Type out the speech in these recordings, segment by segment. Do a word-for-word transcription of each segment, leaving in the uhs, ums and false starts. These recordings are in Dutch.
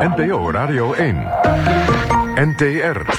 N P O Radio één. N T R.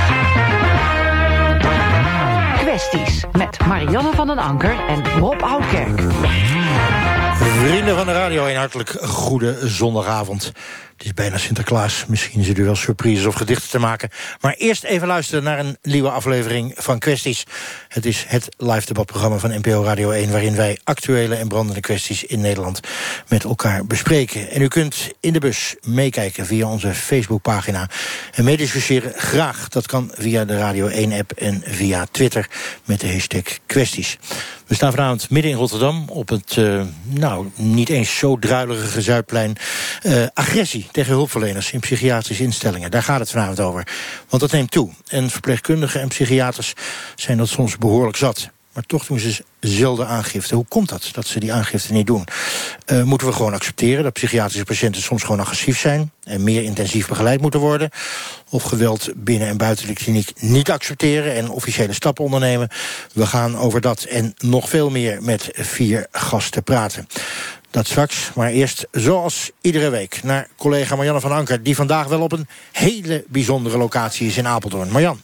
Kwesties met Marianne van den Anker en Rob Oudkerk. Vrienden van de Radio één, hartelijk goede zondagavond. Het is bijna Sinterklaas, misschien zit u wel surprises of gedichten te maken. Maar eerst even luisteren naar een nieuwe aflevering van Kwesties. Het is het live debatprogramma van N P O Radio één... waarin wij actuele en brandende kwesties in Nederland met elkaar bespreken. En u kunt in de bus meekijken via onze Facebookpagina. En meediscussiëren graag. Dat kan via de Radio één-app en via Twitter met de hashtag Kwesties. We staan vanavond midden in Rotterdam op het, uh, nou, niet eens zo druilerige Zuidplein. Uh, agressie tegen hulpverleners in psychiatrische instellingen. Daar gaat het vanavond over. Want dat neemt toe. En verpleegkundigen en psychiaters zijn dat soms behoorlijk zat. Maar toch doen ze zelden aangifte. Hoe komt dat, dat ze die aangifte niet doen? Uh, moeten we gewoon accepteren dat psychiatrische patiënten soms gewoon agressief zijn en meer intensief begeleid moeten worden? Of geweld binnen en buiten de kliniek niet accepteren en officiële stappen ondernemen? We gaan over dat en nog veel meer met vier gasten praten. Dat straks, maar eerst zoals iedere week naar collega Marianne van Anker, die vandaag wel op een hele bijzondere locatie is in Apeldoorn. Marjan.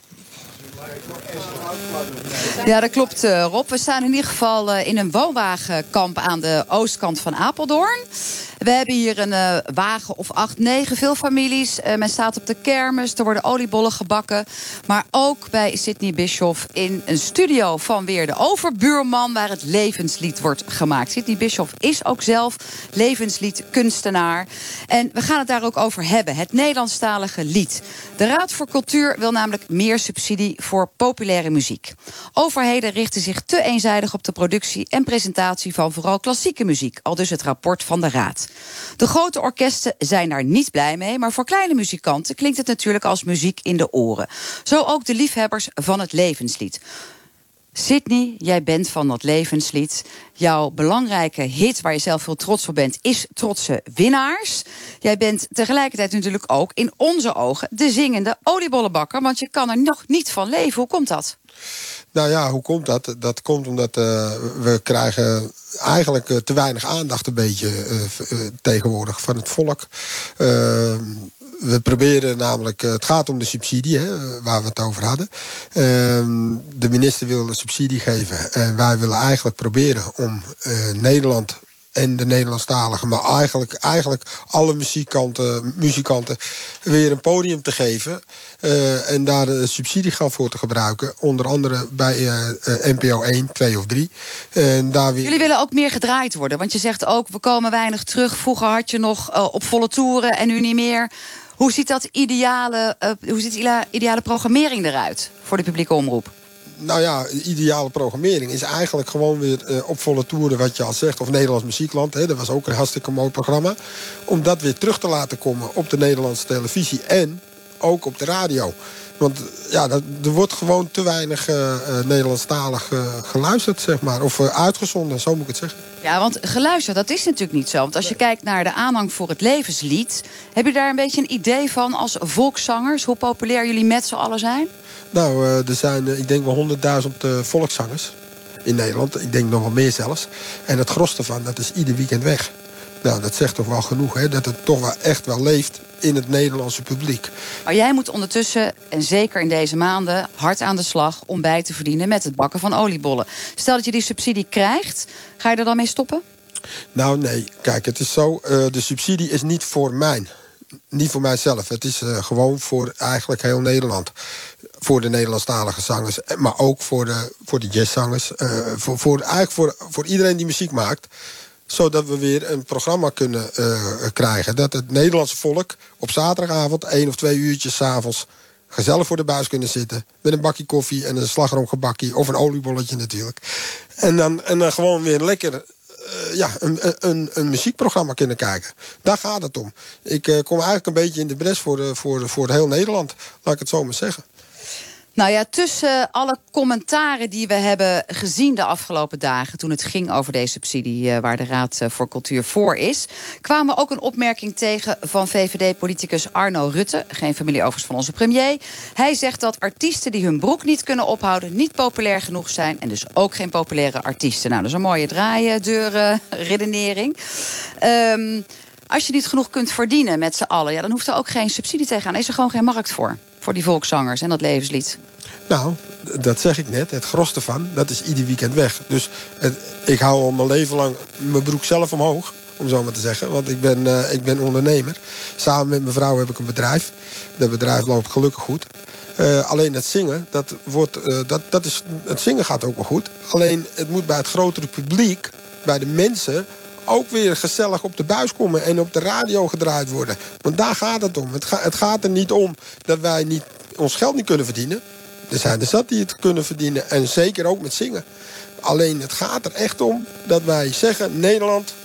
Ja, dat klopt, uh, Rob. We staan in ieder geval uh, in een woonwagenkamp aan de oostkant van Apeldoorn. We hebben hier een uh, wagen of acht, negen, veel families. Uh, men staat op de kermis, er worden oliebollen gebakken. Maar ook bij Sidney Bischoff in een studio van weer de overbuurman, waar het levenslied wordt gemaakt. Sidney Bischoff is ook zelf levensliedkunstenaar. En we gaan het daar ook over hebben, het Nederlandstalige lied. De Raad voor Cultuur wil namelijk meer subsidie voor populaire muziek. Overheden richten zich te eenzijdig op de productie en presentatie van vooral klassieke muziek, aldus het rapport van de Raad. De grote orkesten zijn daar niet blij mee, maar voor kleine muzikanten klinkt het natuurlijk als muziek in de oren. Zo ook de liefhebbers van het levenslied. Sidney, jij bent van dat levenslied. Jouw belangrijke hit, waar je zelf veel trots op bent, is Trotse Winnaars. Jij bent tegelijkertijd natuurlijk ook in onze ogen de zingende oliebollenbakker, want je kan er nog niet van leven. Hoe komt dat? Nou ja, hoe komt dat? Dat komt omdat uh, we krijgen eigenlijk uh, te weinig aandacht een beetje uh, uh, tegenwoordig van het volk. Uh, we proberen namelijk, uh, het gaat om de subsidie, hè, waar we het over hadden. Uh, de minister wil een subsidie geven en wij willen eigenlijk proberen om uh, Nederland en de Nederlandstaligen, maar eigenlijk, eigenlijk alle muzikanten, muzikanten weer een podium te geven. Uh, en daar de subsidiegeld voor te gebruiken. Onder andere bij uh, uh, N P O één, twee of drie. En daar weer... Jullie willen ook meer gedraaid worden, want je zegt ook, we komen weinig terug. Vroeger had je nog uh, op volle toeren en nu niet meer. Hoe ziet dat ideale, uh, hoe ziet die ideale programmering eruit voor de publieke omroep? Nou ja, de ideale programmering is eigenlijk gewoon weer uh, op volle toeren, wat je al zegt, of Nederlands Muziekland. Hè, dat was ook een hartstikke mooi programma. Om dat weer terug te laten komen op de Nederlandse televisie en ook op de radio. Want ja, dat, er wordt gewoon te weinig uh, uh, Nederlandstalig uh, geluisterd, zeg maar. Of uh, uitgezonden, zo moet ik het zeggen. Ja, want geluisterd, dat is natuurlijk niet zo. Want als je kijkt naar de aanhang voor het levenslied, heb je daar een beetje een idee van als volkszangers, hoe populair jullie met z'n allen zijn? Nou, uh, er zijn, uh, ik denk wel honderdduizend uh, volkszangers in Nederland. Ik denk nog wel meer zelfs. En het gros ervan, dat is ieder weekend weg. Nou, dat zegt toch wel genoeg, hè? Dat het toch wel echt wel leeft in het Nederlandse publiek. Maar jij moet ondertussen, en zeker in deze maanden, hard aan de slag om bij te verdienen met het bakken van oliebollen. Stel dat je die subsidie krijgt, ga je er dan mee stoppen? Nou, nee. Kijk, het is zo, uh, de subsidie is niet voor mij. Niet voor mijzelf. Het is uh, gewoon voor eigenlijk heel Nederland. Voor de Nederlandstalige zangers. Maar ook voor de, voor de jazzzangers. Uh, voor, voor, eigenlijk voor, voor iedereen die muziek maakt. Zodat we weer een programma kunnen uh, krijgen. Dat het Nederlandse volk op zaterdagavond, één of twee uurtjes 's avonds gezellig voor de buis kunnen zitten. Met een bakje koffie en een slagroomgebakje. Of een oliebolletje natuurlijk. En dan, en dan gewoon weer lekker Uh, ja, een, een, een muziekprogramma kunnen kijken. Daar gaat het om. Ik uh, kom eigenlijk een beetje in de bres voor, de, voor, de, voor heel Nederland. Laat ik het zo maar zeggen. Nou ja, tussen alle commentaren die we hebben gezien de afgelopen dagen, toen het ging over deze subsidie uh, waar de Raad voor Cultuur voor is, kwamen we ook een opmerking tegen van V V D-politicus Arno Rutte, geen familie overigens van onze premier. Hij zegt dat artiesten die hun broek niet kunnen ophouden niet populair genoeg zijn en dus ook geen populaire artiesten. Nou, dat is een mooie draaideur redenering. Um, Als je niet genoeg kunt verdienen met z'n allen, ja, dan hoeft er ook geen subsidie tegenaan. Dan is er gewoon geen markt voor. Voor die volkszangers en dat levenslied. Nou, dat zeg ik net. Het gros ervan, dat is ieder weekend weg. Dus het, ik hou al mijn leven lang mijn broek zelf omhoog, om zo maar te zeggen. Want ik ben, uh, ik ben ondernemer. Samen met mijn vrouw heb ik een bedrijf. Dat bedrijf loopt gelukkig goed. Uh, alleen het zingen, dat wordt, uh, dat, dat is, het zingen gaat ook wel goed. Alleen het moet bij het grotere publiek, bij de mensen, ook weer gezellig op de buis komen en op de radio gedraaid worden. Want daar gaat het om. Het, ga, het gaat er niet om dat wij niet, ons geld niet kunnen verdienen. Er zijn er zat die het kunnen verdienen. En zeker ook met zingen. Alleen het gaat er echt om dat wij zeggen, Nederland,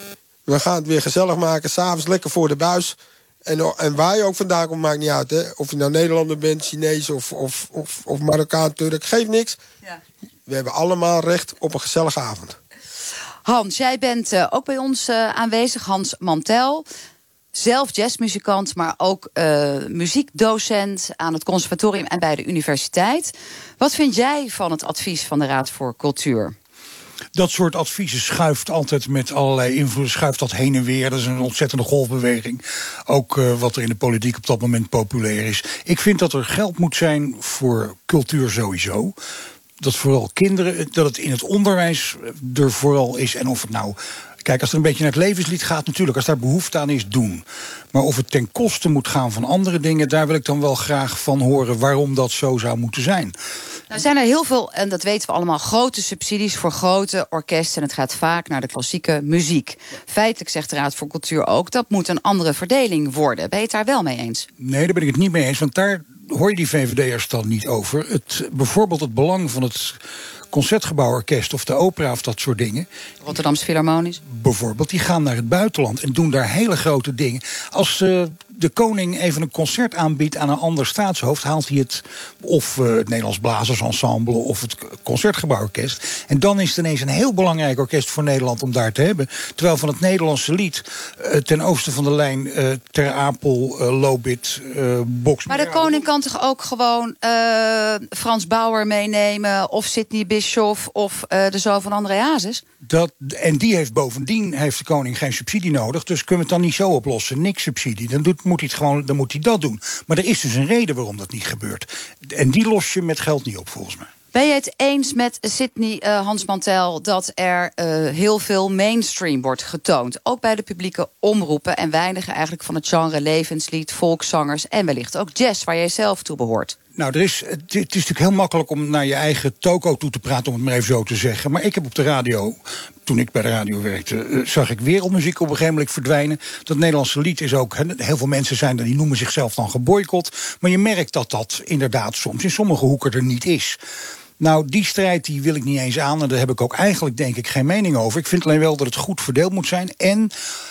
we gaan het weer gezellig maken. 's Avonds lekker voor de buis. En, en waar je ook vandaan komt, maakt niet uit. Hè? Of je nou Nederlander bent, Chinees of, of, of, of Marokkaan, Turk. Geeft niks. Ja. We hebben allemaal recht op een gezellige avond. Hans, jij bent uh, ook bij ons uh, aanwezig. Hans Mantel. Zelf jazzmuzikant, maar ook uh, muziekdocent aan het conservatorium en bij de universiteit. Wat vind jij van het advies van de Raad voor Cultuur? Dat soort adviezen schuift altijd met allerlei invloeden, schuift dat heen en weer. Dat is een ontzettende golfbeweging. Ook uh, wat er in de politiek op dat moment populair is. Ik vind dat er geld moet zijn voor cultuur sowieso. Dat vooral kinderen, dat het in het onderwijs er vooral is. En of het nou, kijk, als er een beetje naar het levenslied gaat, natuurlijk, als daar behoefte aan is, doen. Maar of het ten koste moet gaan van andere dingen, daar wil ik dan wel graag van horen waarom dat zo zou moeten zijn. Nou zijn er heel veel, en dat weten we allemaal, grote subsidies voor grote orkesten. En het gaat vaak naar de klassieke muziek. Feitelijk zegt de Raad voor Cultuur ook, dat moet een andere verdeling worden. Ben je het daar wel mee eens? Nee, daar ben ik het niet mee eens, want daar hoor je die V V D'ers dan niet over. Het, bijvoorbeeld het belang van het Concertgebouworkest of de opera of dat soort dingen. Rotterdamse Philharmonisch. Bijvoorbeeld, die gaan naar het buitenland en doen daar hele grote dingen. Als uh, de koning even een concert aanbiedt aan een ander staatshoofd, haalt hij het, of uh, het Nederlands Blazersensemble of het Concertgebouworkest. En dan is het ineens een heel belangrijk orkest voor Nederland om daar te hebben. Terwijl van het Nederlandse lied uh, ten oosten van de lijn uh, Ter Apel, uh, Lobit, uh, Box. Maar de koning kan toch ook gewoon uh, Frans Bauer meenemen of Sidney Bischoff of uh, de zoon van André Hazes? Dat, en die heeft bovendien heeft de koning geen subsidie nodig. Dus kunnen we het dan niet zo oplossen. Niks subsidie. Dan, doet, moet hij het gewoon, dan moet hij dat doen. Maar er is dus een reden waarom dat niet gebeurt. En die los je met geld niet op, volgens mij. Ben je het eens met Sidney uh, Hans Mantel dat er uh, heel veel mainstream wordt getoond? Ook bij de publieke omroepen en weinigen eigenlijk van het genre levenslied, volkszangers en wellicht ook jazz, waar jij zelf toe behoort. Nou, er is, het is natuurlijk heel makkelijk om naar je eigen toko toe te praten, om het maar even zo te zeggen. Maar ik heb op de radio, toen ik bij de radio werkte, uh, zag ik wereldmuziek op een gegeven moment verdwijnen. Dat Nederlandse lied is ook, he, heel veel mensen zijn er, die noemen zichzelf dan geboycott. Maar je merkt dat dat inderdaad soms in sommige hoeken er niet is. Nou, die strijd die wil ik niet eens aan. En daar heb ik ook eigenlijk, denk ik, geen mening over. Ik vind alleen wel dat het goed verdeeld moet zijn. En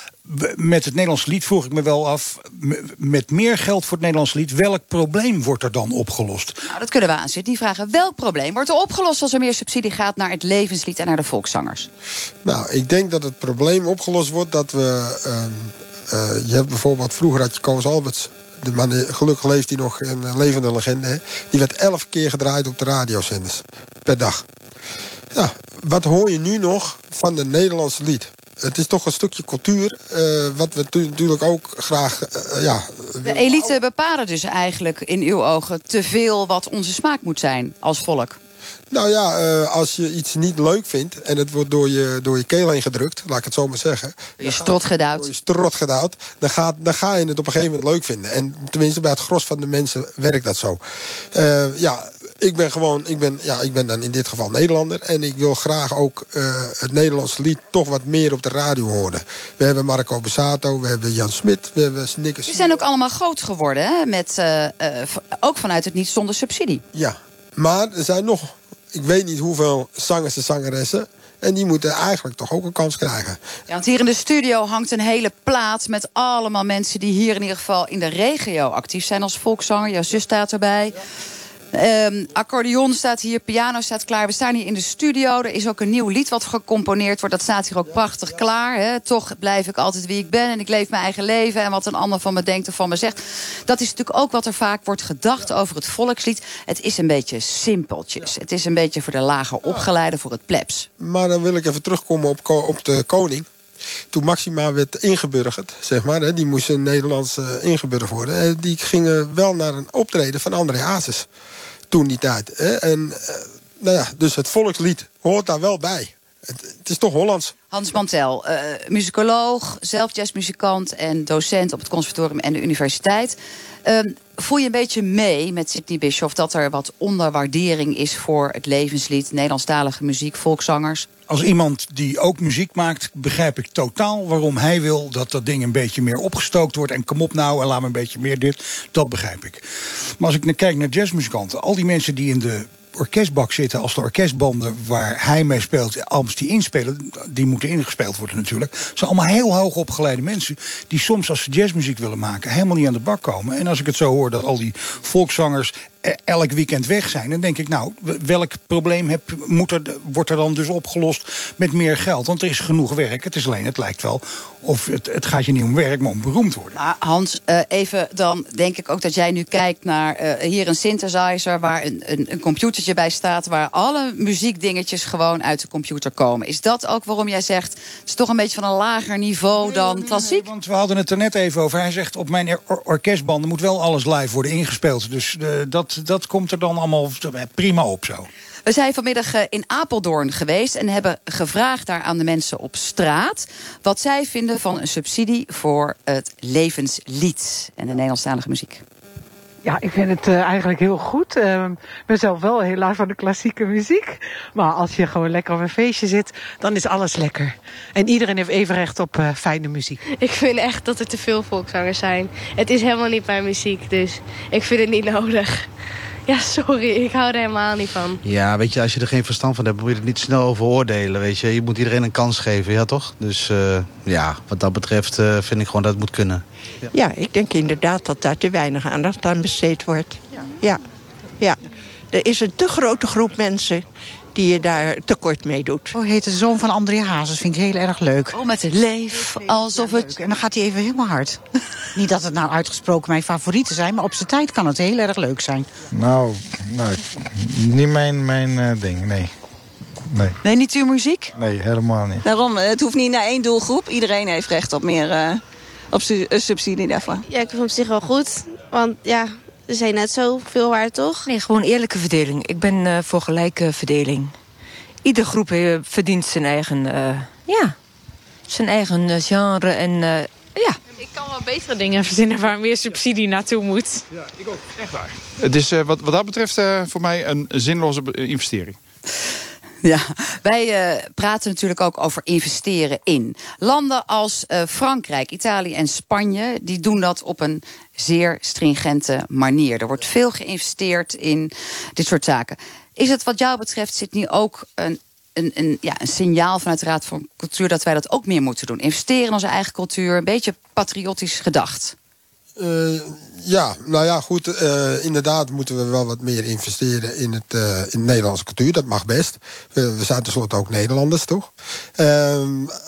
met het Nederlands lied vroeg ik me wel af, met meer geld voor het Nederlands lied, welk probleem wordt er dan opgelost? Nou, dat kunnen we aan Sidney vragen. Welk probleem wordt er opgelost als er meer subsidie gaat naar het levenslied en naar de volkszangers? Nou, ik denk dat het probleem opgelost wordt dat we Uh, uh, je hebt bijvoorbeeld, vroeger had je Koos Alberts. De man, gelukkig leeft hij nog, een levende legende. Hè? Die werd elf keer gedraaid op de radiozenders per dag. Ja, wat hoor je nu nog van de Nederlandse lied? Het is toch een stukje cultuur, uh, wat we natuurlijk ook graag Uh, ja, de elite bepalen dus eigenlijk in uw ogen te veel wat onze smaak moet zijn als volk. Nou ja, uh, als je iets niet leuk vindt en het wordt door je, door je keel heen gedrukt, laat ik het zo maar zeggen. Je strot gedouwd. Door je strot gedouwd, dan, gaat, dan ga je het op een gegeven moment leuk vinden. En tenminste bij het gros van de mensen werkt dat zo. Uh, ja, ik ben gewoon, ik ben, ja, ik ben dan in dit geval Nederlander. En ik wil graag ook uh, het Nederlandse lied toch wat meer op de radio horen. We hebben Marco Borsato, we hebben Jan Smit, we hebben Snickers. Die zijn ook allemaal groot geworden, hè? Met, uh, uh, ook vanuit het niet zonder subsidie. Ja, maar er zijn nog, ik weet niet hoeveel zangers en zangeressen, en die moeten eigenlijk toch ook een kans krijgen. Ja, want hier in de studio hangt een hele plaat met allemaal mensen die hier in ieder geval in de regio actief zijn als volkszanger. Jouw zus staat erbij. Ja. Um, accordeon staat hier, piano staat klaar. We staan hier in de studio. Er is ook een nieuw lied wat gecomponeerd wordt. Dat staat hier ook prachtig klaar. Hè. Toch blijf ik altijd wie ik ben en ik leef mijn eigen leven. En wat een ander van me denkt of van me zegt. Dat is natuurlijk ook wat er vaak wordt gedacht over het volkslied. Het is een beetje simpeltjes. Het is een beetje voor de lager opgeleide, voor het plebs. Maar dan wil ik even terugkomen op, op de koning. toen Maxima werd ingeburgerd, zeg maar, hè, die moest in Nederlands uh, ingeburgerd worden. En die gingen wel naar een optreden van André Hazes toen die tijd. Hè. En uh, nou ja, dus het volkslied hoort daar wel bij. Het, het is toch Hollands. Hans Mantel, uh, muzikoloog, zelf jazzmuzikant en docent op het conservatorium en de universiteit. Uh, voel je een beetje mee met Sidney Bischoff dat er wat onderwaardering is voor het levenslied, Nederlandstalige muziek, volkszangers? Als iemand die ook muziek maakt, begrijp ik totaal waarom hij wil dat dat ding een beetje meer opgestookt wordt. En kom op nou en laat me een beetje meer dit. Dat begrijp ik. Maar als ik naar kijk naar jazzmuzikanten, al die mensen die in de orkestbak zitten, als de orkestbanden waar hij mee speelt, als die inspelen, die moeten ingespeeld worden natuurlijk. Het zijn allemaal heel hoog opgeleide mensen die soms als ze jazzmuziek willen maken helemaal niet aan de bak komen. En als ik het zo hoor dat al die volkszangers elk weekend weg zijn, dan denk ik, nou, welk probleem heb, moet er, wordt er dan dus opgelost met meer geld? Want er is genoeg werk. Het is alleen, het lijkt wel of het, het gaat je niet om werk, maar om beroemd worden. Maar Hans, uh, even dan denk ik ook dat jij nu kijkt naar uh, hier een synthesizer waar een, een, een computertje bij staat, waar alle muziekdingetjes gewoon uit de computer komen. Is dat ook waarom jij zegt, het is toch een beetje van een lager niveau nee, dan nee, klassiek? Nee, want we hadden het er net even over. Hij zegt, op mijn or- orkestbanden moet wel alles live worden ingespeeld. Dus uh, dat Dat komt er dan allemaal prima op zo. We zijn vanmiddag in Apeldoorn geweest en hebben gevraagd daar aan de mensen op straat wat zij vinden van een subsidie voor het levenslied en de Nederlandstalige muziek. Ja, ik vind het uh, eigenlijk heel goed. Ik uh, ben zelf wel helaas van de klassieke muziek. Maar als je gewoon lekker op een feestje zit, dan is alles lekker. En iedereen heeft even recht op uh, fijne muziek. Ik vind echt dat er te veel volkszangers zijn. Het is helemaal niet mijn muziek, dus ik vind het niet nodig. Ja, sorry, ik hou er helemaal niet van. Ja, weet je, als je er geen verstand van hebt, moet je het niet snel over oordelen, weet je. Je moet iedereen een kans geven, ja toch? Dus uh, ja, wat dat betreft uh, vind ik gewoon dat het moet kunnen. Ja. ja, ik denk inderdaad dat daar te weinig aandacht aan besteed wordt. Ja. Ja, ja. Er is een te grote groep mensen die je daar tekort mee doet. Oh, heet de zoon van André Hazes, vind ik heel erg leuk. Oh, met het leef, alsof het... En dan gaat hij even helemaal hard. Niet dat het nou uitgesproken mijn favorieten zijn, maar op zijn tijd kan het heel erg leuk zijn. Nou, nou niet mijn, mijn uh, ding, nee. Nee. Nee, niet uw muziek? Nee, helemaal niet. Daarom, het hoeft niet naar één doelgroep. Iedereen heeft recht op meer uh, op su- subsidie daarvoor. Ja, ik vind het op zich wel goed, want ja, er zijn net zoveel waard, toch? Nee, gewoon eerlijke verdeling. Ik ben uh, voor gelijke verdeling. Ieder groep uh, verdient zijn eigen, uh, ja, zijn eigen uh, genre en uh, ja. Ik kan wel betere dingen verzinnen waar meer subsidie naartoe moet. Ja, ik ook. Echt waar. Het is uh, wat, wat dat betreft uh, voor mij een zinloze investering. Ja, wij uh, praten natuurlijk ook over investeren in. Landen als uh, Frankrijk, Italië en Spanje, die doen dat op een zeer stringente manier. Er wordt veel geïnvesteerd in dit soort zaken. Is het wat jou betreft, Sidney, ook een, een, een, ja, een signaal vanuit de Raad van Cultuur dat wij dat ook meer moeten doen? Investeren in onze eigen cultuur, een beetje patriotisch gedacht. Uh, ja, nou ja, goed. Uh, inderdaad moeten we wel wat meer investeren in het, uh, in de Nederlandse cultuur. Dat mag best. We, we zijn tenslotte ook Nederlanders, toch? Uh,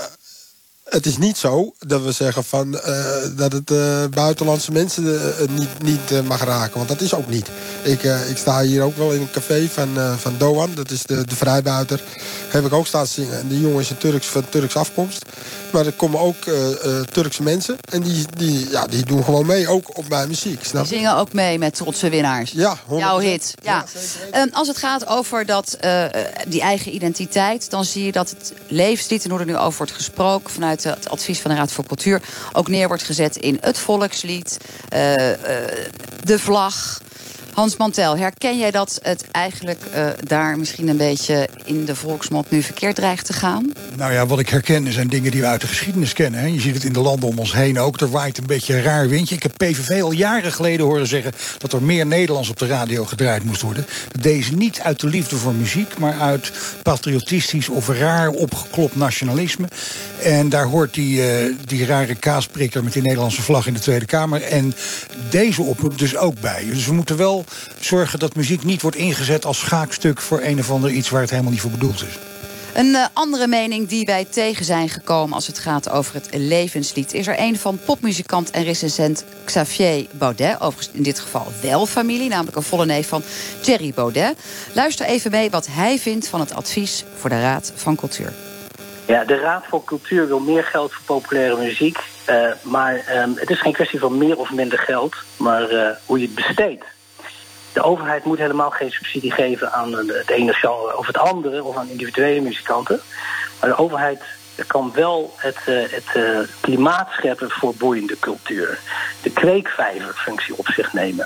Het is niet zo dat we zeggen van, uh, dat het uh, buitenlandse mensen uh, niet, niet uh, mag raken. Want dat is ook niet. Ik, uh, ik sta hier ook wel in een café van, uh, van Doan. Dat is de, de vrijbuiter. Heb ik ook staan zingen. En die jongen is een Turks, van Turks afkomst. Maar er komen ook uh, uh, Turkse mensen. En die, die, ja, die doen gewoon mee, ook op mijn muziek. Snap je? Die zingen ook mee met Trotse Winnaars. Ja, jouw hit. Ja. Ja, um, als het gaat over dat, uh, die eigen identiteit, dan zie je dat het levenslied, en hoe er nu over wordt gesproken vanuit het advies van de Raad voor Cultuur, ook neer wordt gezet in het volkslied, uh, uh, de vlag. Hans Mantel, herken jij dat het eigenlijk uh, daar misschien een beetje in de volksmond nu verkeerd dreigt te gaan? Nou ja, wat ik herken zijn dingen die we uit de geschiedenis kennen. Hè. Je ziet het in de landen om ons heen ook. Er waait een beetje een raar windje. Ik heb P V V al jaren geleden horen zeggen dat er meer Nederlands op de radio gedraaid moest worden. Dat deden ze niet uit de liefde voor muziek, maar uit patriotistisch of raar opgeklopt nationalisme. En daar hoort die, uh, die rare kaasprikker met die Nederlandse vlag in de Tweede Kamer en deze oproep dus ook bij. Dus we moeten wel zorgen dat muziek niet wordt ingezet als schaakstuk voor een of ander iets waar het helemaal niet voor bedoeld is. Een uh, andere mening die wij tegen zijn gekomen als het gaat over het levenslied is er een van popmuzikant en recensent Xavier Baudet. Overigens in dit geval wel familie, namelijk een volle neef van Thierry Baudet. Luister even mee wat hij vindt van het advies voor de Raad van Cultuur. Ja, de Raad voor Cultuur wil meer geld voor populaire muziek. Uh, maar um, het is geen kwestie van meer of minder geld, maar uh, hoe je het besteedt. De overheid moet helemaal geen subsidie geven aan het ene genre of het andere, of aan individuele muzikanten. Maar de overheid kan wel het, uh, het uh, klimaat scheppen voor boeiende cultuur. De kweekvijverfunctie op zich nemen.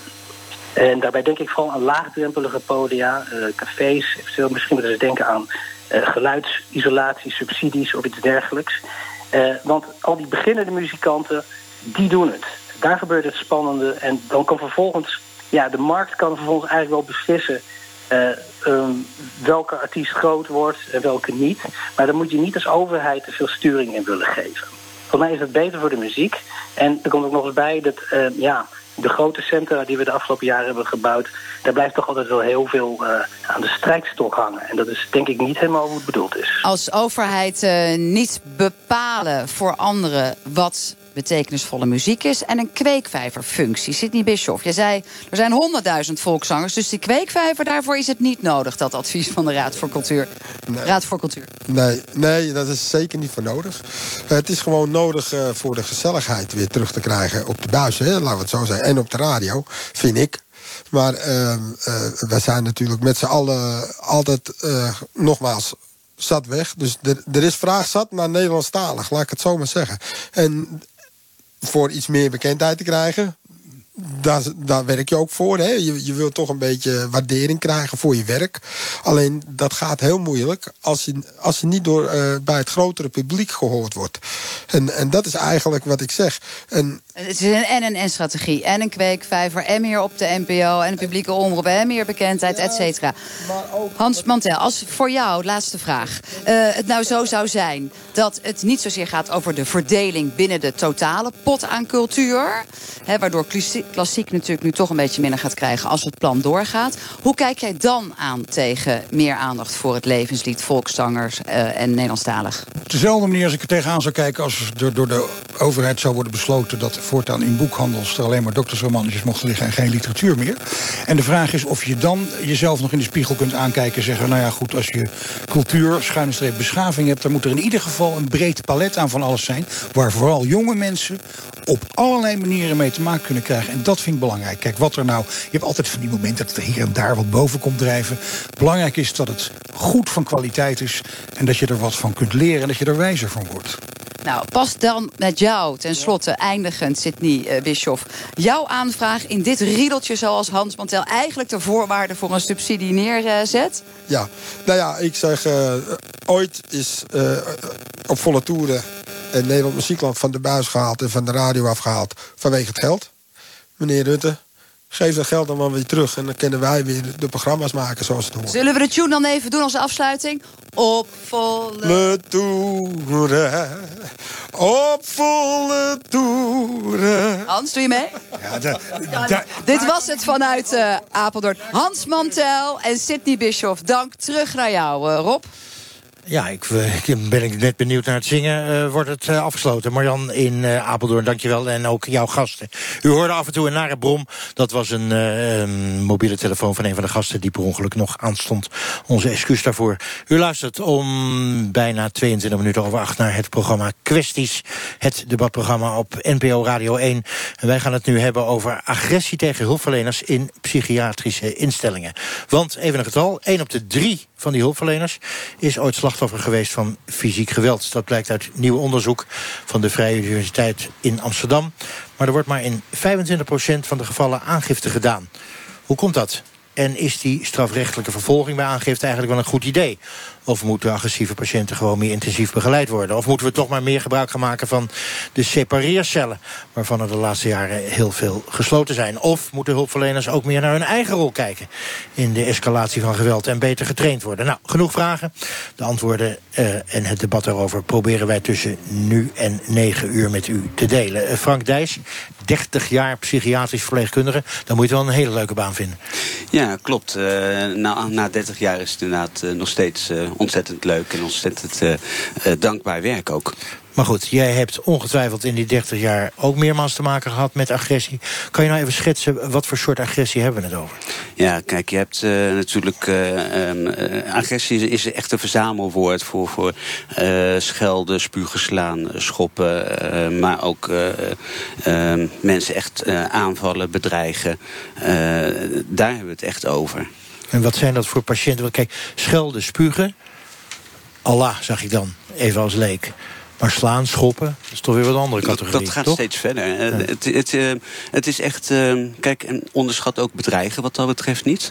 En daarbij denk ik vooral aan laagdrempelige podia, uh, cafés. Eventueel misschien moeten ze denken aan uh, geluidsisolatie, subsidies of iets dergelijks. Uh, want al die beginnende muzikanten, die doen het. Daar gebeurt het spannende. En dan kan vervolgens, ja, de markt kan vervolgens eigenlijk wel beslissen Uh, um, welke artiest groot wordt en welke niet. Maar dan moet je niet als overheid te veel sturing in willen geven. Voor mij is het beter voor de muziek. En er komt ook nog eens bij dat uh, ja, de grote centra die we de afgelopen jaren hebben gebouwd, daar blijft toch altijd wel heel veel uh, aan de strijkstok hangen. En dat is denk ik niet helemaal hoe het bedoeld is. Als overheid uh, niet bepalen voor anderen wat betekenisvolle muziek is en een kweekvijverfunctie. Sidney Bischoff, je zei, er zijn honderdduizend volkszangers, dus die kweekvijver, daarvoor is het niet nodig, dat advies van de Raad voor Cultuur. Nee. Raad voor Cultuur. Nee, nee, dat is zeker niet voor nodig. Uh, het is gewoon nodig uh, voor de gezelligheid weer terug te krijgen op de buis, hè, laten we het zo zeggen, en op de radio, vind ik. Maar uh, uh, wij zijn natuurlijk met z'n allen altijd, uh, nogmaals, zat weg. Dus er, er is vraag zat naar Nederlandstalig, laat ik het zo maar zeggen. En voor iets meer bekendheid te krijgen, daar, daar werk je ook voor. Hè? Je, je wilt toch een beetje waardering krijgen voor je werk. Alleen dat gaat heel moeilijk als je, als je niet door, uh, bij het grotere publiek gehoord wordt. En, en dat is eigenlijk wat ik zeg. En het is een en en strategie. En een kweekvijver, en meer op de N P O, en een publieke omroep, en meer bekendheid, et cetera. Hans Mantel, als voor jou, laatste vraag. Uh, het nou zo zou zijn dat het niet zozeer gaat over de verdeling binnen de totale pot aan cultuur, hè, waardoor klassiek, klassiek natuurlijk nu toch een beetje minder gaat krijgen als het plan doorgaat. Hoe kijk jij dan aan tegen meer aandacht voor het levenslied, volkszangers uh, en Nederlandstalig? Op dezelfde manier als ik er tegenaan zou kijken als er door de overheid zou worden besloten dat voortaan in boekhandels er alleen maar doktersromannetjes mochten liggen en geen literatuur meer. En de vraag is of je dan jezelf nog in de spiegel kunt aankijken en zeggen, nou ja goed, als je cultuur, schuine streep beschaving hebt, dan moet er in ieder geval een breed palet aan van alles zijn, waar vooral jonge mensen op allerlei manieren mee te maken kunnen krijgen. En dat vind ik belangrijk. Kijk, wat er nou, je hebt altijd van die momenten dat er hier en daar wat boven komt drijven. Belangrijk is dat het goed van kwaliteit is en dat je er wat van kunt leren en dat je er wijzer van wordt. Nou, past dan met jou, ten slotte, eindigend, Sidney uh, Bischoff, jouw aanvraag in dit riedeltje zoals Hans Mantel eigenlijk de voorwaarden voor een subsidie neerzet? Ja, nou ja, ik zeg, uh, ooit is uh, op volle toeren in Nederland Muziekland van de buis gehaald en van de radio afgehaald vanwege het geld. Meneer Rutte, geef dat geld dan maar weer terug en dan kunnen wij weer de programma's maken zoals het hoort. Zullen we de tune dan even doen als afsluiting? Op volle toeren, op volle toeren. Hans, doe je mee? Ja, da, da, Dit was het vanuit uh, Apeldoorn. Hans Mantel en Sidney Bischoff, dank. Terug naar jou, uh, Rob. Ja, ik, ik ben net benieuwd naar het zingen. Uh, wordt het uh, afgesloten. Marjan in uh, Apeldoorn, dankjewel. En ook jouw gasten. U hoorde af en toe een nare brom. Dat was een, uh, een mobiele telefoon van een van de gasten die per ongeluk nog aanstond. Onze excuus daarvoor. U luistert om bijna tweeëntwintig minuten over acht naar het programma Kwesties. Het debatprogramma op N P O Radio één. En wij gaan het nu hebben over agressie tegen hulpverleners in psychiatrische instellingen. Want, even een getal, één op de drie van die hulpverleners is ooit slachtoffer geweest van fysiek geweld. Dat blijkt uit nieuw onderzoek van de Vrije Universiteit in Amsterdam. Maar er wordt maar in vijfentwintig procent van de gevallen aangifte gedaan. Hoe komt dat? En is die strafrechtelijke vervolging bij aangifte eigenlijk wel een goed idee? Of moeten agressieve patiënten gewoon meer intensief begeleid worden? Of moeten we toch maar meer gebruik gaan maken van de separeercellen, waarvan er de laatste jaren heel veel gesloten zijn? Of moeten hulpverleners ook meer naar hun eigen rol kijken in de escalatie van geweld en beter getraind worden? Nou, genoeg vragen. De antwoorden uh, en het debat daarover proberen wij tussen nu en negen uur met u te delen. Uh, Frank Dijs, dertig jaar psychiatrisch verpleegkundige. Dan moet je wel een hele leuke baan vinden. Ja, klopt. Uh, na, na dertig jaar is het inderdaad uh, nog steeds uh, ontzettend leuk en ontzettend uh, uh, dankbaar werk ook. Maar goed, jij hebt ongetwijfeld in die dertig jaar ook meermaals te maken gehad met agressie. Kan je nou even schetsen, wat voor soort agressie hebben we het over? Ja, kijk, je hebt uh, natuurlijk... Uh, um, uh, agressie is echt een verzamelwoord voor, voor uh, schelden, spugen, slaan, schoppen. Uh, maar ook uh, uh, mensen echt uh, aanvallen, bedreigen. Uh, daar hebben we het echt over. En wat zijn dat voor patiënten? Want kijk, schelden, spugen... Allah, zag ik dan, even als leek. Maar slaan, schoppen, dat is toch weer wat andere categorie. Dat gaat toch? steeds verder. Ja. Uh, het, het, uh, het is echt... Uh, kijk, en onderschat ook bedreigen wat dat betreft niet.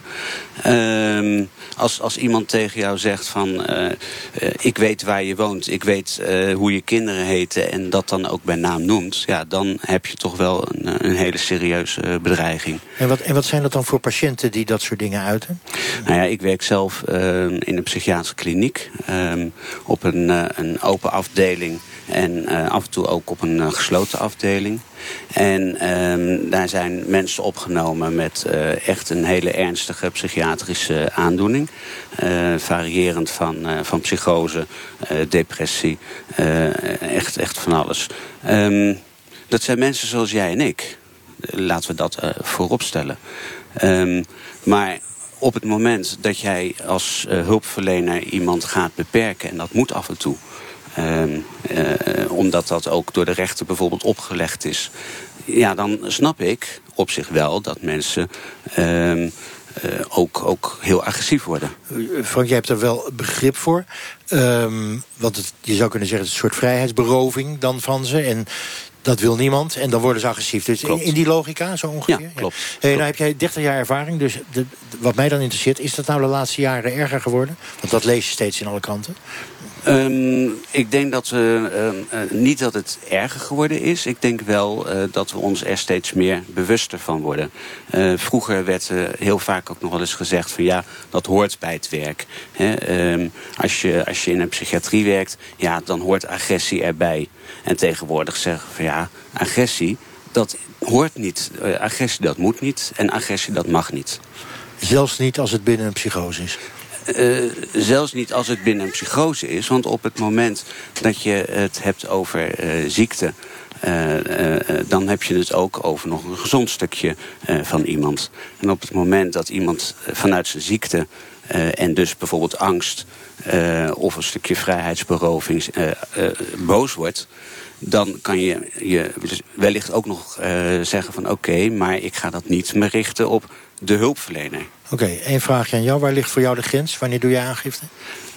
Uh, als, als iemand tegen jou zegt van... Uh, uh, ik weet waar je woont, ik weet uh, hoe je kinderen heten... en dat dan ook bij naam noemt... ja, dan heb je toch wel een, een hele serieuze uh, bedreiging. En wat, en wat zijn dat dan voor patiënten die dat soort dingen uiten? Nou ja, ik werk zelf uh, in een psychiatrische kliniek... Uh, op een, uh, een open afdeling... En uh, af en toe ook op een uh, gesloten afdeling. En um, daar zijn mensen opgenomen met uh, echt een hele ernstige psychiatrische aandoening. Uh, variërend van, uh, van psychose, uh, depressie, uh, echt, echt van alles. Um, dat zijn mensen zoals jij en ik. Laten we dat uh, voorop stellen. Um, maar... op het moment dat jij als uh, hulpverlener iemand gaat beperken... en dat moet af en toe... Uh, uh, omdat dat ook door de rechter bijvoorbeeld opgelegd is... ja, dan snap ik op zich wel dat mensen uh, uh, ook, ook heel agressief worden. Frank, jij hebt er wel begrip voor. Um, want het, je zou kunnen zeggen, het is een soort vrijheidsberoving dan van ze... en dat wil niemand en dan worden ze agressief. Dus in, in die logica, zo ongeveer? Ja, klopt. Ja. Hey, nou heb jij dertig jaar ervaring, dus de, de, wat mij dan interesseert... is dat nou de laatste jaren erger geworden? Want dat lees je steeds in alle kranten. Um, ik denk dat we uh, uh, niet dat het erger geworden is. Ik denk wel uh, dat we ons er steeds meer bewuster van worden. Uh, vroeger werd uh, heel vaak ook nog wel eens gezegd van ja, dat hoort bij het werk. Hè? Um, als je, als je in een psychiatrie werkt, ja, dan hoort agressie erbij. En tegenwoordig zeggen van ja, agressie, dat hoort niet. Uh, agressie, dat moet niet. En agressie, dat mag niet. Zelfs niet als het binnen een psychose is? Uh, zelfs niet als het binnen een psychose is. Want op het moment dat je het hebt over uh, ziekte... Uh, uh, dan heb je het ook over nog een gezond stukje uh, van iemand. En op het moment dat iemand vanuit zijn ziekte... Uh, en dus bijvoorbeeld angst... Uh, of een stukje vrijheidsberoving uh, uh, boos wordt... dan kan je, je wellicht ook nog uh, zeggen van... oké, okay, maar ik ga dat niet meer richten op de hulpverlener. Oké, okay, één vraagje aan jou. Waar ligt voor jou de grens? Wanneer doe jij aangifte?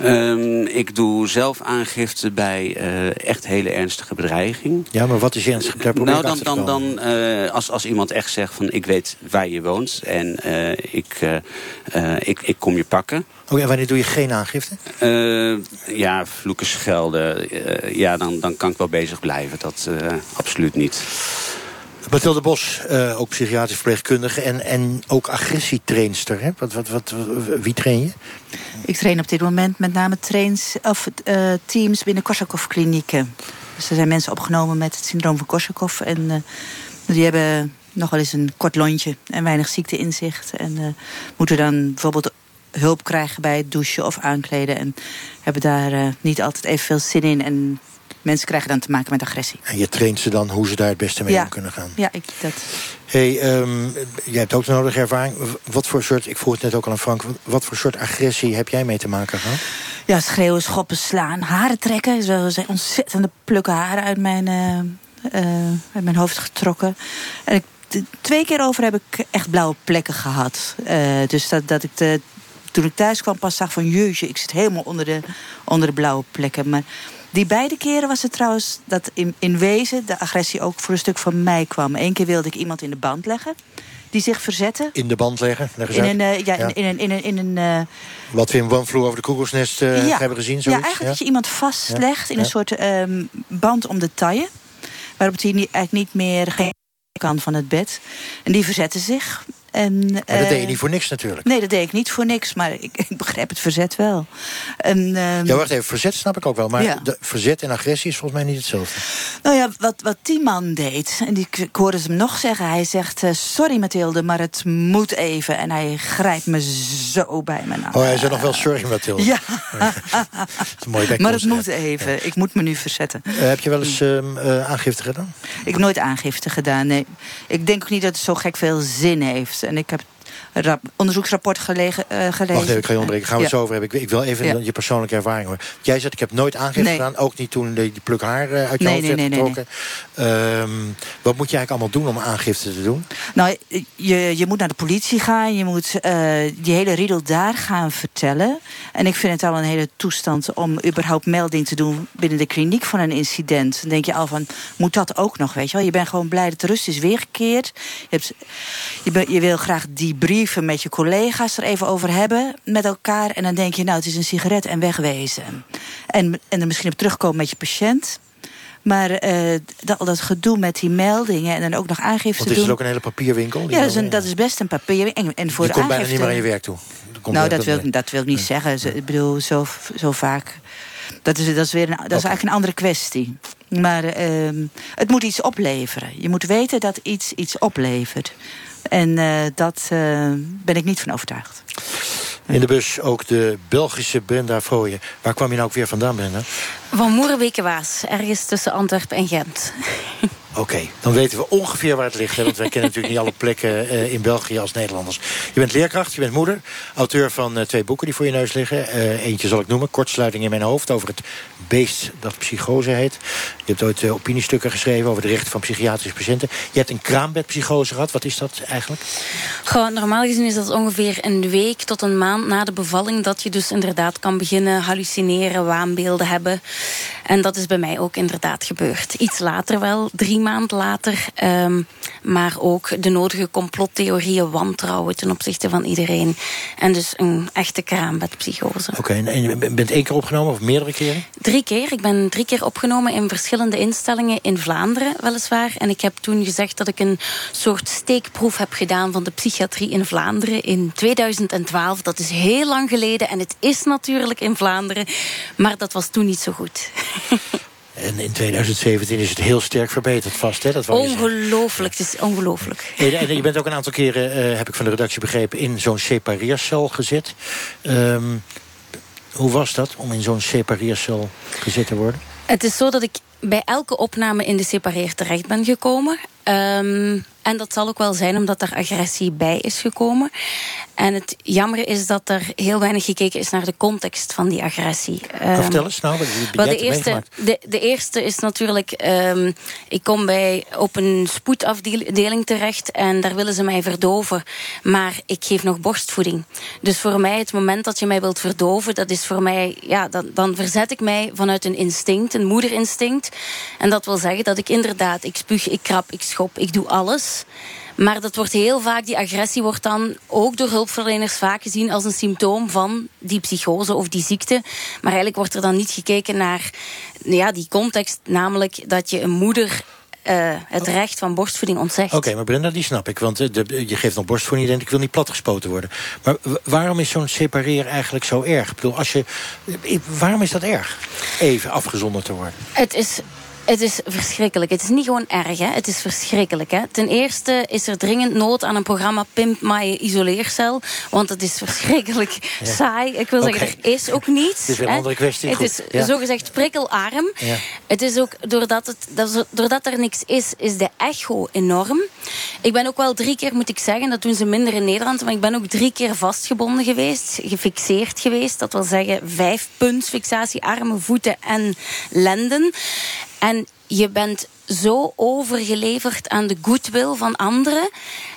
Um, ik doe zelf aangifte bij uh, echt hele ernstige bedreiging. Ja, maar wat is ernstig? Nou, dan, dan, dan uh, als, als iemand echt zegt van ik weet waar je woont... en uh, ik, uh, uh, ik, ik kom je pakken. Oké, okay, en wanneer doe je geen aangifte? Uh, ja, vloeken, schelden. Uh, ja, dan, dan kan ik wel bezig blijven. Dat uh, absoluut niet. Mathilde Bos, uh, ook psychiatrisch verpleegkundige en, en ook agressietrainster. Hè? Wat, wat, wat, wie train je? Ik train op dit moment met name trains, of, uh, teams binnen Korsakoff-klinieken. Dus er zijn mensen opgenomen met het syndroom van Korsakoff. En uh, die hebben nog wel eens een kort lontje en weinig ziekteinzicht. En uh, moeten dan bijvoorbeeld hulp krijgen bij het douchen of aankleden. En hebben daar uh, niet altijd evenveel zin in. En mensen krijgen dan te maken met agressie. En je traint ze dan hoe ze daar het beste mee ja. om kunnen gaan. Ja, ik, dat. Hey, um, jij hebt ook de nodige ervaring. Wat voor soort, ik vroeg het net ook al aan Frank... wat voor soort agressie heb jij mee te maken gehad? Ja, schreeuwen, schoppen, slaan, haren trekken. Zo zijn ontzettende plukken haren uit mijn, uh, uh, uit mijn hoofd getrokken. En ik, de, twee keer over heb ik echt blauwe plekken gehad. Uh, dus dat, dat ik de, toen ik thuis kwam pas zag van... jeetje, ik zit helemaal onder de, onder de blauwe plekken. Maar die beide keren was het trouwens dat in, in wezen... de agressie ook voor een stuk van mij kwam. Eén keer wilde ik iemand in de band leggen... die zich verzette. In de band leggen? Leg eens in uit. een, uh, ja, ja. In, in, in, in, in een... Uh, wat we in One Flew Over the Cuckoo's Nest uh, ja. hebben gezien, zoiets? Ja, eigenlijk ja? dat je iemand vastlegt ja. in ja. een soort um, band om de taille... waarop hij niet, eigenlijk niet meer geen kan van het bed. En die verzette zich. En, Maar dat uh, deed je niet voor niks natuurlijk. Nee, dat deed ik niet voor niks, maar ik, ik begrijp het verzet wel. En, uh, ja, wacht even, verzet snap ik ook wel. Maar ja. de verzet en agressie is volgens mij niet hetzelfde. Nou ja, wat, wat die man deed, en die, ik hoorde hem nog zeggen... hij zegt, uh, sorry Mathilde, maar het moet even. En hij grijpt me zo bij me aan. Oh, hij zei nog wel sorry Mathilde. Ja, dat is een mooie maar het moet even. Ja. Ik moet me nu verzetten. Uh, heb je wel eens uh, uh, aangifte gedaan? Ik heb nooit aangifte gedaan, nee. Ik denk ook niet dat het zo gek veel zin heeft. En ik heb een onderzoeksrapport gelegen, uh, gelezen. Wacht even, ik ga je onderbreken. Gaan we ja. het zo over hebben. Ik, ik wil even ja. je persoonlijke ervaring horen. Jij zegt, ik heb nooit aangifte nee. gedaan. Ook niet toen die pluk haar uh, uit je nee, hoofd nee, werd nee, getrokken. Nee, nee. Um, wat moet je eigenlijk allemaal doen om aangifte te doen? Nou, je, je moet naar de politie gaan. Je moet uh, die hele riedel daar gaan vertellen. En ik vind het al een hele toestand om überhaupt melding te doen binnen de kliniek van een incident. Dan denk je al van, moet dat ook nog, weet je wel? Je bent gewoon blij dat de rust is weergekeerd. Je, hebt, je, be, je wil graag debriefen met je collega's er even over hebben met elkaar. En dan denk je, nou, het is een sigaret en wegwezen. En, en er misschien op terugkomen met je patiënt. Maar uh, dat, dat gedoe met die meldingen en dan ook nog aangifte doen... Want is het ook een hele papierwinkel? Ja, dat is, een, dat is best een papier. En, en voor je komt aangifte, bijna niet meer aan je werk toe. Nou, dat wil, dat wil ik niet nee. zeggen. Zo, ik bedoel, zo, zo vaak... Dat is, dat is, weer een, dat is okay. eigenlijk een andere kwestie. Maar uh, het moet iets opleveren. Je moet weten dat iets iets oplevert. En uh, dat uh, ben ik niet van overtuigd. In de bus ook de Belgische Brenda Vrooyen. Waar kwam je nou ook weer vandaan, Brenda? Van Moerenbekewaas, ergens tussen Antwerpen en Gent. Oké, okay, dan weten we ongeveer waar het ligt. Hè, want wij kennen natuurlijk niet alle plekken uh, in België als Nederlanders. Je bent leerkracht, je bent moeder. Auteur van uh, twee boeken die voor je neus liggen. Uh, eentje zal ik noemen, Kortsluiting in mijn hoofd. Over het beest dat psychose heet. Je hebt ooit uh, opiniestukken geschreven over de rechten van psychiatrische patiënten. Je hebt een kraambedpsychose gehad. Wat is dat eigenlijk? Goh, normaal gezien is dat ongeveer een week tot een maand na de bevalling... dat je dus inderdaad kan beginnen hallucineren, waanbeelden hebben. En dat is bij mij ook inderdaad gebeurd. Iets later wel, drie maand later. Um, maar ook de nodige complottheorieën, wantrouwen ten opzichte van iedereen. En dus een echte kraambedpsychose. Oké, okay, en je bent één keer opgenomen of meerdere keren? Drie keer. Ik ben drie keer opgenomen in verschillende instellingen in Vlaanderen, weliswaar. En ik heb toen gezegd dat ik een soort steekproef heb gedaan van de psychiatrie in Vlaanderen in tweeduizend twaalf. Dat is heel lang geleden en het is natuurlijk in Vlaanderen. Maar dat was toen niet zo goed. En in tweeduizend zeventien is het heel sterk verbeterd vast, hè? Dat ongelooflijk, het is ongelooflijk. En je bent ook een aantal keren, uh, heb ik van de redactie begrepen... in zo'n separeercel gezet. Um, hoe was dat, om in zo'n separeercel gezet te worden? Het is zo dat ik bij elke opname in de separeer terecht ben gekomen. Um, en dat zal ook wel zijn omdat er agressie bij is gekomen. En het jammer is dat er heel weinig gekeken is naar de context van die agressie. Um, Vertel eens nou, wat de, eerste, de, de eerste is natuurlijk... Um, ik kom bij, op een spoedafdeling terecht en daar willen ze mij verdoven. Maar ik geef nog borstvoeding. Dus voor mij, het moment dat je mij wilt verdoven... dat is voor mij, ja, dan, dan verzet ik mij vanuit een instinct, een moederinstinct. En dat wil zeggen dat ik inderdaad, ik spuug, ik krab, ik schop, ik doe alles... Maar dat wordt heel vaak, die agressie wordt dan ook door hulpverleners vaak gezien als een symptoom van die psychose of die ziekte. Maar eigenlijk wordt er dan niet gekeken naar ja, die context, namelijk dat je een moeder uh, het recht van borstvoeding ontzegt. Oké, okay, maar Brenda, die snap ik, want uh, de, je geeft nog borstvoeding, je denkt ik wil niet platgespoten worden. Maar w- waarom is zo'n separeer eigenlijk zo erg? Ik bedoel, als je, waarom is dat erg? Even afgezonderd te worden. Het is... Het is verschrikkelijk. Het is niet gewoon erg, hè. Het is verschrikkelijk, hè. Ten eerste is er dringend nood aan een programma Pimp My Isoleercel. Want het is verschrikkelijk ja. saai. Ik wil okay. zeggen, er is ook niets. Het is weer een andere kwestie. Het Goed. is ja. zogezegd prikkelarm. Ja. Het is ook, doordat, het, dat, doordat er niks is, is de echo enorm. Ik ben ook wel drie keer, moet ik zeggen, dat doen ze minder in Nederland, maar ik ben ook drie keer vastgebonden geweest, gefixeerd geweest. Dat wil zeggen vijf punts fixatie, armen, voeten en lenden. En je bent zo overgeleverd aan de goodwill van anderen.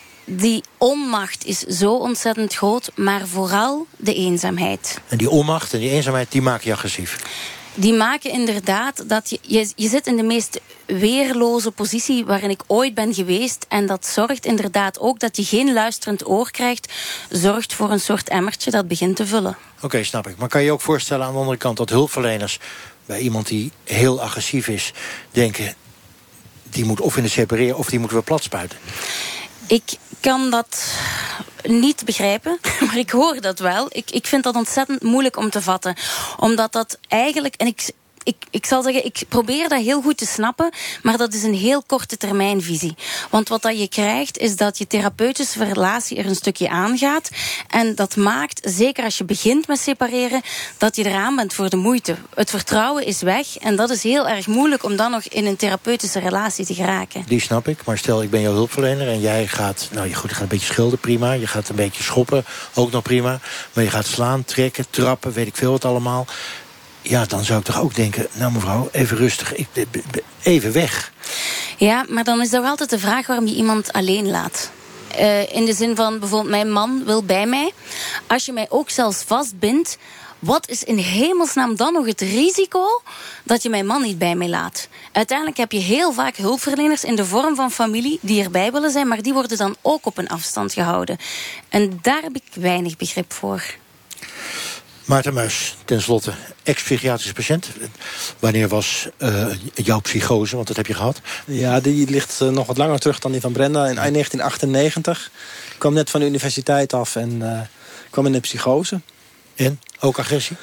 Die onmacht is zo ontzettend groot, maar vooral de eenzaamheid. En die onmacht en die eenzaamheid, die maken je agressief? Die maken inderdaad dat je, je... Je zit in de meest weerloze positie waarin ik ooit ben geweest. En dat zorgt inderdaad ook dat je geen luisterend oor krijgt. Zorgt voor een soort emmertje dat begint te vullen. Oké, okay, snap ik. Maar kan je je ook voorstellen aan de andere kant dat hulpverleners bij iemand die heel agressief is denken, die moet of in de separeren of die moeten we plat spuiten? Ik kan dat niet begrijpen, maar ik hoor dat wel. Ik, ik vind dat ontzettend moeilijk om te vatten. Omdat dat eigenlijk... en ik Ik, ik zal zeggen, ik probeer dat heel goed te snappen, maar dat is een heel korte termijnvisie. Want wat dat je krijgt, is dat je therapeutische relatie er een stukje aangaat. En dat maakt, zeker als je begint met separeren, dat je eraan bent voor de moeite. Het vertrouwen is weg en dat is heel erg moeilijk om dan nog in een therapeutische relatie te geraken. Die snap ik, maar stel ik ben jouw hulpverlener en jij gaat, nou goed, je gaat een beetje schilderen, prima. Je gaat een beetje schoppen, ook nog prima. Maar je gaat slaan, trekken, trappen, weet ik veel wat allemaal. Ja, dan zou ik toch ook denken, nou mevrouw, even rustig, ik, even weg. Ja, maar dan is toch altijd de vraag waarom je iemand alleen laat. Uh, in de zin van, bijvoorbeeld, mijn man wil bij mij. Als je mij ook zelfs vastbindt, wat is in hemelsnaam dan nog het risico dat je mijn man niet bij mij laat? Uiteindelijk heb je heel vaak hulpverleners in de vorm van familie die erbij willen zijn, maar die worden dan ook op een afstand gehouden. En daar heb ik weinig begrip voor. Maarten Muis, tenslotte, ex-psychiatrische patiënt. Wanneer was uh, jouw psychose, want dat heb je gehad? Ja, die ligt uh, nog wat langer terug dan die van Brenda. In negentien achtennegentig. Ik kwam net van de universiteit af en uh, kwam in de psychose. En? Ook agressie?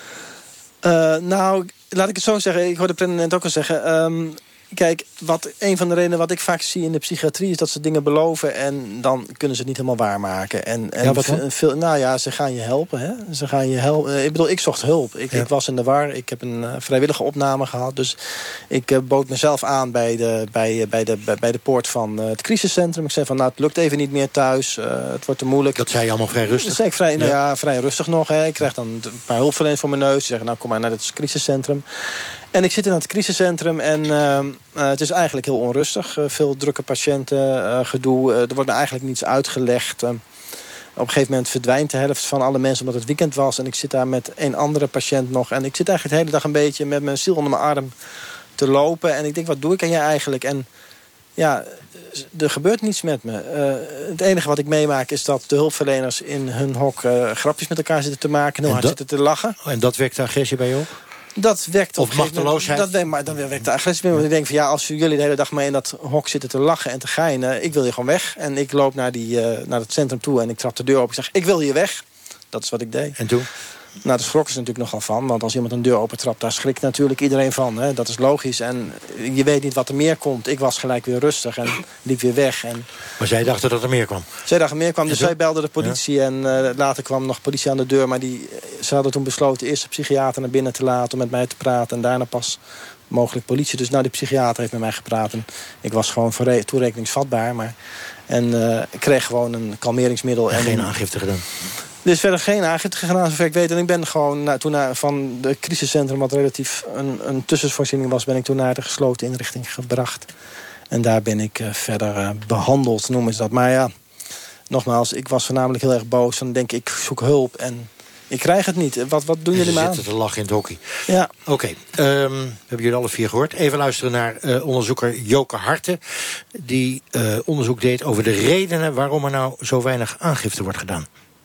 Uh, nou, laat ik het zo zeggen. Ik hoorde Brenda net ook al zeggen. Um, Kijk, wat, een van de redenen wat ik vaak zie in de psychiatrie is dat ze dingen beloven en dan kunnen ze het niet helemaal waarmaken. En, en ja, wat dan? Veel, nou ja, ze gaan je helpen. Hè? Ze gaan je helpen. Ik bedoel, ik zocht hulp. Ik, ja. ik was in de war. Ik heb een uh, vrijwillige opname gehad. Dus ik uh, bood mezelf aan bij de, bij, bij de, bij, bij de poort van uh, het crisiscentrum. Ik zei van, nou, het lukt even niet meer thuis. Uh, het wordt te moeilijk. Dat zei je allemaal vrij rustig? Dat zei ik vrij, ja. Nou ja, vrij rustig nog. Hè. Ik krijg dan een paar hulpverleners voor mijn neus. Die zeggen, nou, kom maar naar het crisiscentrum. En ik zit in het crisiscentrum en uh, uh, het is eigenlijk heel onrustig. Uh, veel drukke patiënten, uh, gedoe. Uh, er wordt me eigenlijk niets uitgelegd. Uh, op een gegeven moment verdwijnt de helft van alle mensen omdat het weekend was. En ik zit daar met een andere patiënt nog. En ik zit eigenlijk de hele dag een beetje met mijn ziel onder mijn arm te lopen. En ik denk, wat doe ik aan jij eigenlijk? En ja, er gebeurt niets met me. Uh, het enige wat ik meemaak is dat de hulpverleners in hun hok uh, grapjes met elkaar zitten te maken. Heel hard zitten te lachen. En dat wekt de agressie bij je op? Dat wekt op of machteloosheid? Dat, maar dan wekt de agressie bij me. Ik denk van ja, als jullie de hele dag maar in dat hok zitten te lachen en te geinen, ik wil hier gewoon weg. En ik loop naar, die, uh, naar het centrum toe en ik trap de deur open. Ik zeg, ik wil hier weg. Dat is wat ik deed. En toen? Nou, daar schrokken ze natuurlijk nogal van. Want als iemand een deur opentrapt, daar schrikt natuurlijk iedereen van. Hè? Dat is logisch. En je weet niet wat er meer komt. Ik was gelijk weer rustig en liep weer weg. En maar zij dachten dat er meer kwam? Zij dachten meer kwam, dus zij belden de politie. Ja. En uh, later kwam nog politie aan de deur. Maar die, ze hadden toen besloten eerst de psychiater naar binnen te laten om met mij te praten. En daarna pas mogelijk politie. Dus nou, die psychiater heeft met mij gepraat. En ik was gewoon toerekeningsvatbaar. Maar, en uh, ik kreeg gewoon een kalmeringsmiddel. En, en geen aangifte gedaan? Er is verder geen aangifte gedaan, zover ik weet. En ik ben gewoon nou, toen naar, van de crisiscentrum, wat relatief een, een tussenvoorziening was, ben ik toen naar de gesloten inrichting gebracht. En daar ben ik uh, verder uh, behandeld, noemen ze dat. Maar ja, nogmaals, ik was voornamelijk heel erg boos. Dan denk ik, ik zoek hulp en ik krijg het niet. Wat, wat doen jullie maar aan? Ze zitten te lachen in het hockey. Ja. Oké, okay. um, we hebben jullie alle vier gehoord. Even luisteren naar uh, onderzoeker Joke Harten, die uh, onderzoek deed over de redenen waarom er nou zo weinig aangifte wordt gedaan.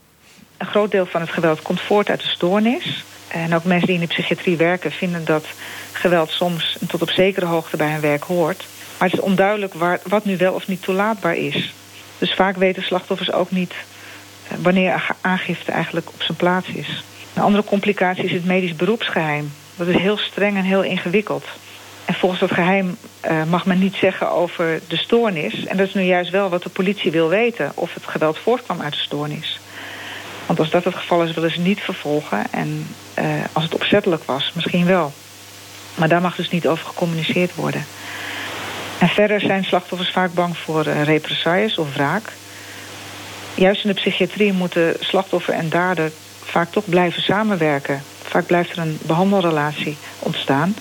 Een groot deel van het geweld komt voort uit de stoornis. En ook mensen die in de psychiatrie werken vinden dat geweld soms tot op zekere hoogte bij hun werk hoort. Maar het is onduidelijk waar, wat nu wel of niet toelaatbaar is. Dus vaak weten slachtoffers ook niet wanneer aangifte eigenlijk op zijn plaats is. Een andere complicatie is het medisch beroepsgeheim. Dat is heel streng en heel ingewikkeld. En volgens dat geheim uh, mag men niet zeggen over de stoornis. En dat is nu juist wel wat de politie wil weten, of het geweld voortkwam uit de stoornis. Want als dat het geval is, willen ze niet vervolgen. En uh, als het opzettelijk was, misschien wel. Maar daar mag dus niet over gecommuniceerd worden. En verder zijn slachtoffers vaak bang voor uh, represailles of wraak. Juist in de psychiatrie moeten slachtoffer en dader vaak toch blijven samenwerken. Vaak blijft er een behandelrelatie ontstaan.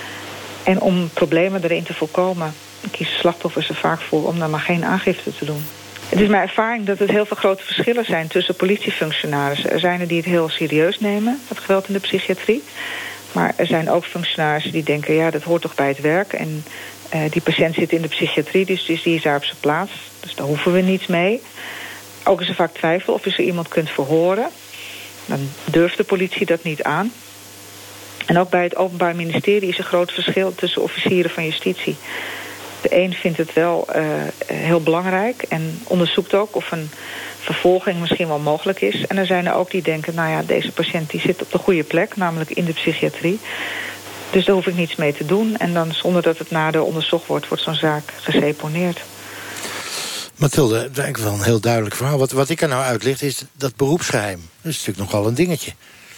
En om problemen erin te voorkomen, kiezen slachtoffers er vaak voor om dan maar geen aangifte te doen. Het is mijn ervaring dat er heel veel grote verschillen zijn tussen politiefunctionarissen. Er zijn er die het heel serieus nemen, het geweld in de psychiatrie. Maar er zijn ook functionarissen die denken, ja, dat hoort toch bij het werk. En uh, die patiënt zit in de psychiatrie, dus, dus die is daar op zijn plaats. Dus daar hoeven we niets mee. Ook is er vaak twijfel of je zo iemand kunt verhoren. Dan durft de politie dat niet aan. En ook bij het Openbaar Ministerie is een groot verschil tussen officieren van justitie. De een vindt het wel uh, heel belangrijk en onderzoekt ook of een vervolging misschien wel mogelijk is. En er zijn er ook die denken, nou ja, deze patiënt die zit op de goede plek, namelijk in de psychiatrie. Dus daar hoef ik niets mee te doen. En dan zonder dat het nader onderzocht wordt, wordt zo'n zaak geseponeerd. Mathilde, dat is eigenlijk wel een heel duidelijk verhaal. Wat, wat ik er nou uitlicht is dat beroepsgeheim. Dat is natuurlijk nogal een dingetje.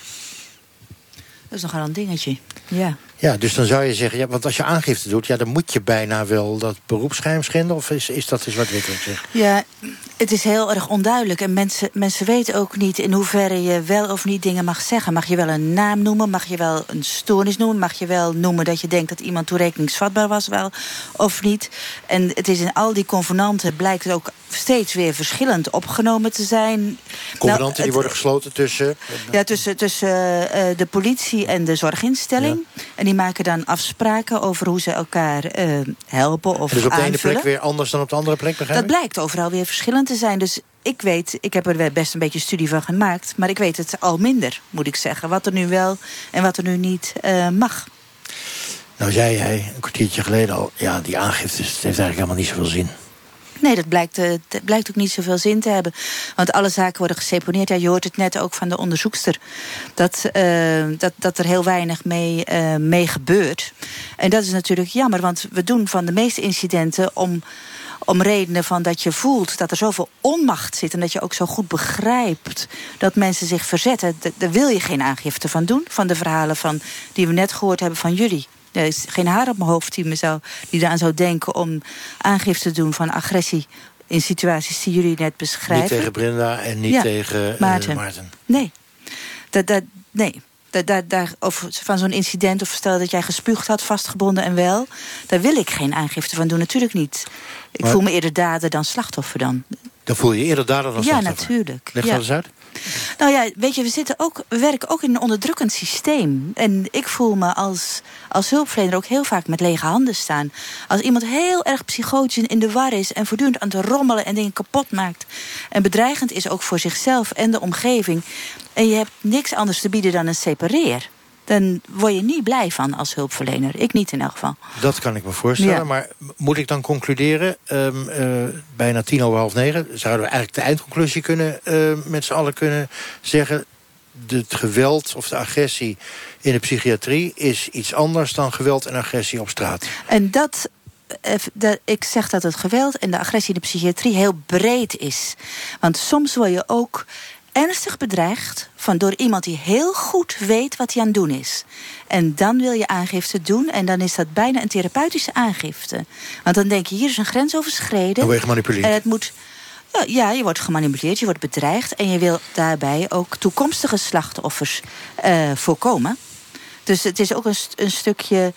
Dat is nogal een dingetje, ja. Ja, dus dan zou je zeggen, ja, want als je aangifte doet, ja, dan moet je bijna wel dat beroepsgeheim schenden, of is, is dat te zwart-wit wat ik zeg? Ja, het is heel erg onduidelijk. En mensen, mensen weten ook niet in hoeverre je wel of niet dingen mag zeggen. Mag je wel een naam noemen? Mag je wel een stoornis noemen? Mag je wel noemen dat je denkt dat iemand toerekeningsvatbaar was, wel of niet? En het is in al die convenanten blijkt het ook steeds weer verschillend opgenomen te zijn. Convenanten nou, het, die worden gesloten tussen? Ja, tussen, tussen uh, de politie en de zorginstelling. Ja. En die maken dan afspraken over hoe ze elkaar uh, helpen of dus op de aanvullen. ene plek weer anders dan op de andere plek, begrijp ik? Dat blijkt overal weer verschillend te zijn. Dus ik weet, ik heb er best een beetje studie van gemaakt, maar ik weet het al minder, moet ik zeggen. Wat er nu wel en wat er nu niet uh, mag. Nou zei jij een kwartiertje geleden al, ja, die aangiftes, het heeft eigenlijk helemaal niet zoveel zin. Nee, dat blijkt, uh, dat blijkt ook niet zoveel zin te hebben. Want alle zaken worden geseponeerd. Ja, je hoort het net ook van de onderzoekster. Dat, uh, dat, dat er heel weinig mee, uh, mee gebeurt. En dat is natuurlijk jammer. Want we doen van de meeste incidenten om, om redenen van dat je voelt dat er zoveel onmacht zit. En dat je ook zo goed begrijpt dat mensen zich verzetten. Daar wil je geen aangifte van doen. Van de verhalen van, die we net gehoord hebben van jullie. Er is geen haar op mijn hoofd die, me zou, die eraan zou denken om aangifte te doen van agressie in situaties die jullie net beschrijven. Niet tegen Brenda en niet ja, tegen uh, Maarten. Maarten. Nee. Dat, dat, nee. Dat, dat, daar, of van zo'n incident, of stel dat jij gespuugd had, vastgebonden en wel. Daar wil ik geen aangifte van doen, natuurlijk niet. Ik maar, voel me eerder dader dan slachtoffer dan. Dan voel je je eerder dader dan slachtoffer? Ja, natuurlijk. Leg ja. dat eens uit. Nou ja, weet je, we, zitten ook, we werken ook in een onderdrukkend systeem. En ik voel me als, als hulpverlener ook heel vaak met lege handen staan. Als iemand heel erg psychotisch in de war is en voortdurend aan het rommelen en dingen kapot maakt. En bedreigend is ook voor zichzelf en de omgeving. En je hebt niks anders te bieden dan een separeer. Dan word je niet blij van als hulpverlener. Ik niet in elk geval. Dat kan ik me voorstellen. Ja. Maar moet ik dan concluderen, um, uh, bijna tien over half negen, zouden we eigenlijk de eindconclusie kunnen, uh, met z'n allen kunnen zeggen, het geweld of de agressie in de psychiatrie is iets anders dan geweld en agressie op straat. En dat... De, ik zeg dat het geweld en de agressie in de psychiatrie heel breed is. Want soms word je ook ernstig bedreigd van door iemand die heel goed weet wat hij aan het doen is. En dan wil je aangifte doen en dan is dat bijna een therapeutische aangifte. Want dan denk je, hier is een grens overschreden. Dan word je gemanipuleerd. En het moet... Ja, je wordt gemanipuleerd, je wordt bedreigd en je wil daarbij ook toekomstige slachtoffers uh, voorkomen. Dus het is ook een, st- een stukje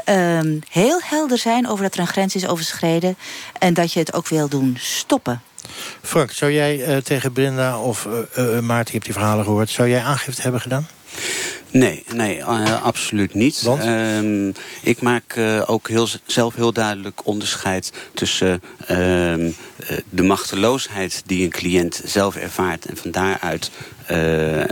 um, heel helder zijn over dat er een grens is overschreden en dat je het ook wil doen stoppen. Frank, zou jij uh, tegen Brenda of uh, uh, Maarten, je hebt die verhalen gehoord, zou jij aangifte hebben gedaan? Nee, nee, uh, absoluut niet. Um, ik maak uh, ook heel, zelf heel duidelijk onderscheid tussen uh, uh, de machteloosheid die een cliënt zelf ervaart en van daaruit uh, uh,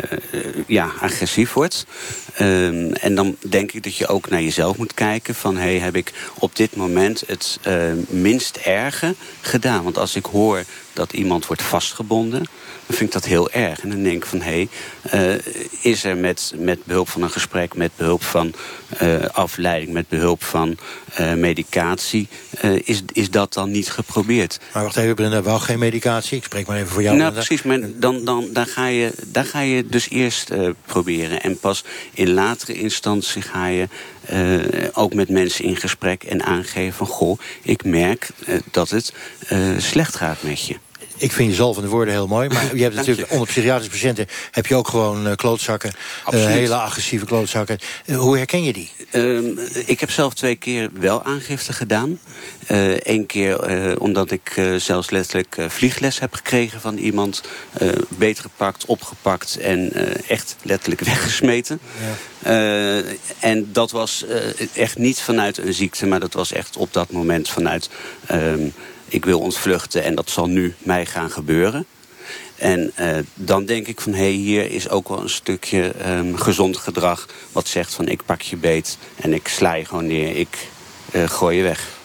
ja, agressief wordt. Um, en dan denk ik dat je ook naar jezelf moet kijken van, hey, heb ik op dit moment het uh, minst erge gedaan? Want als ik hoor dat iemand wordt vastgebonden, dan vind ik dat heel erg. En dan denk ik van, hé, hey, uh, is er met, met behulp van een gesprek, met behulp van uh, afleiding, met behulp van uh, medicatie, uh, is, is dat dan niet geprobeerd? Maar wacht even, Brenda, wel geen medicatie? Ik spreek maar even voor jou. Nou, Brenda. precies, maar dan, dan, daar, ga je, daar ga je dus eerst uh, proberen. En pas in latere instantie ga je uh, ook met mensen in gesprek en aangeven van, goh, ik merk uh, dat het uh, slecht gaat met je. Ik vind je zalvende woorden heel mooi, maar je hebt natuurlijk onder psychiatrische patiënten heb je ook gewoon uh, klootzakken, uh, hele agressieve klootzakken. Uh, hoe herken je die? Uh, ik heb zelf twee keer wel aangifte gedaan. Eén uh, keer uh, omdat ik uh, zelfs letterlijk uh, vliegles heb gekregen van iemand, uh, beetgepakt, opgepakt en uh, echt letterlijk weggesmeten. Ja. Uh, en dat was uh, echt niet vanuit een ziekte, maar dat was echt op dat moment vanuit Uh, ik wil ontvluchten en dat zal nu mij gaan gebeuren. En uh, dan denk ik van, hé, hey, hier is ook wel een stukje um, gezond gedrag wat zegt van, ik pak je beet en ik sla je gewoon neer, ik uh, gooi je weg.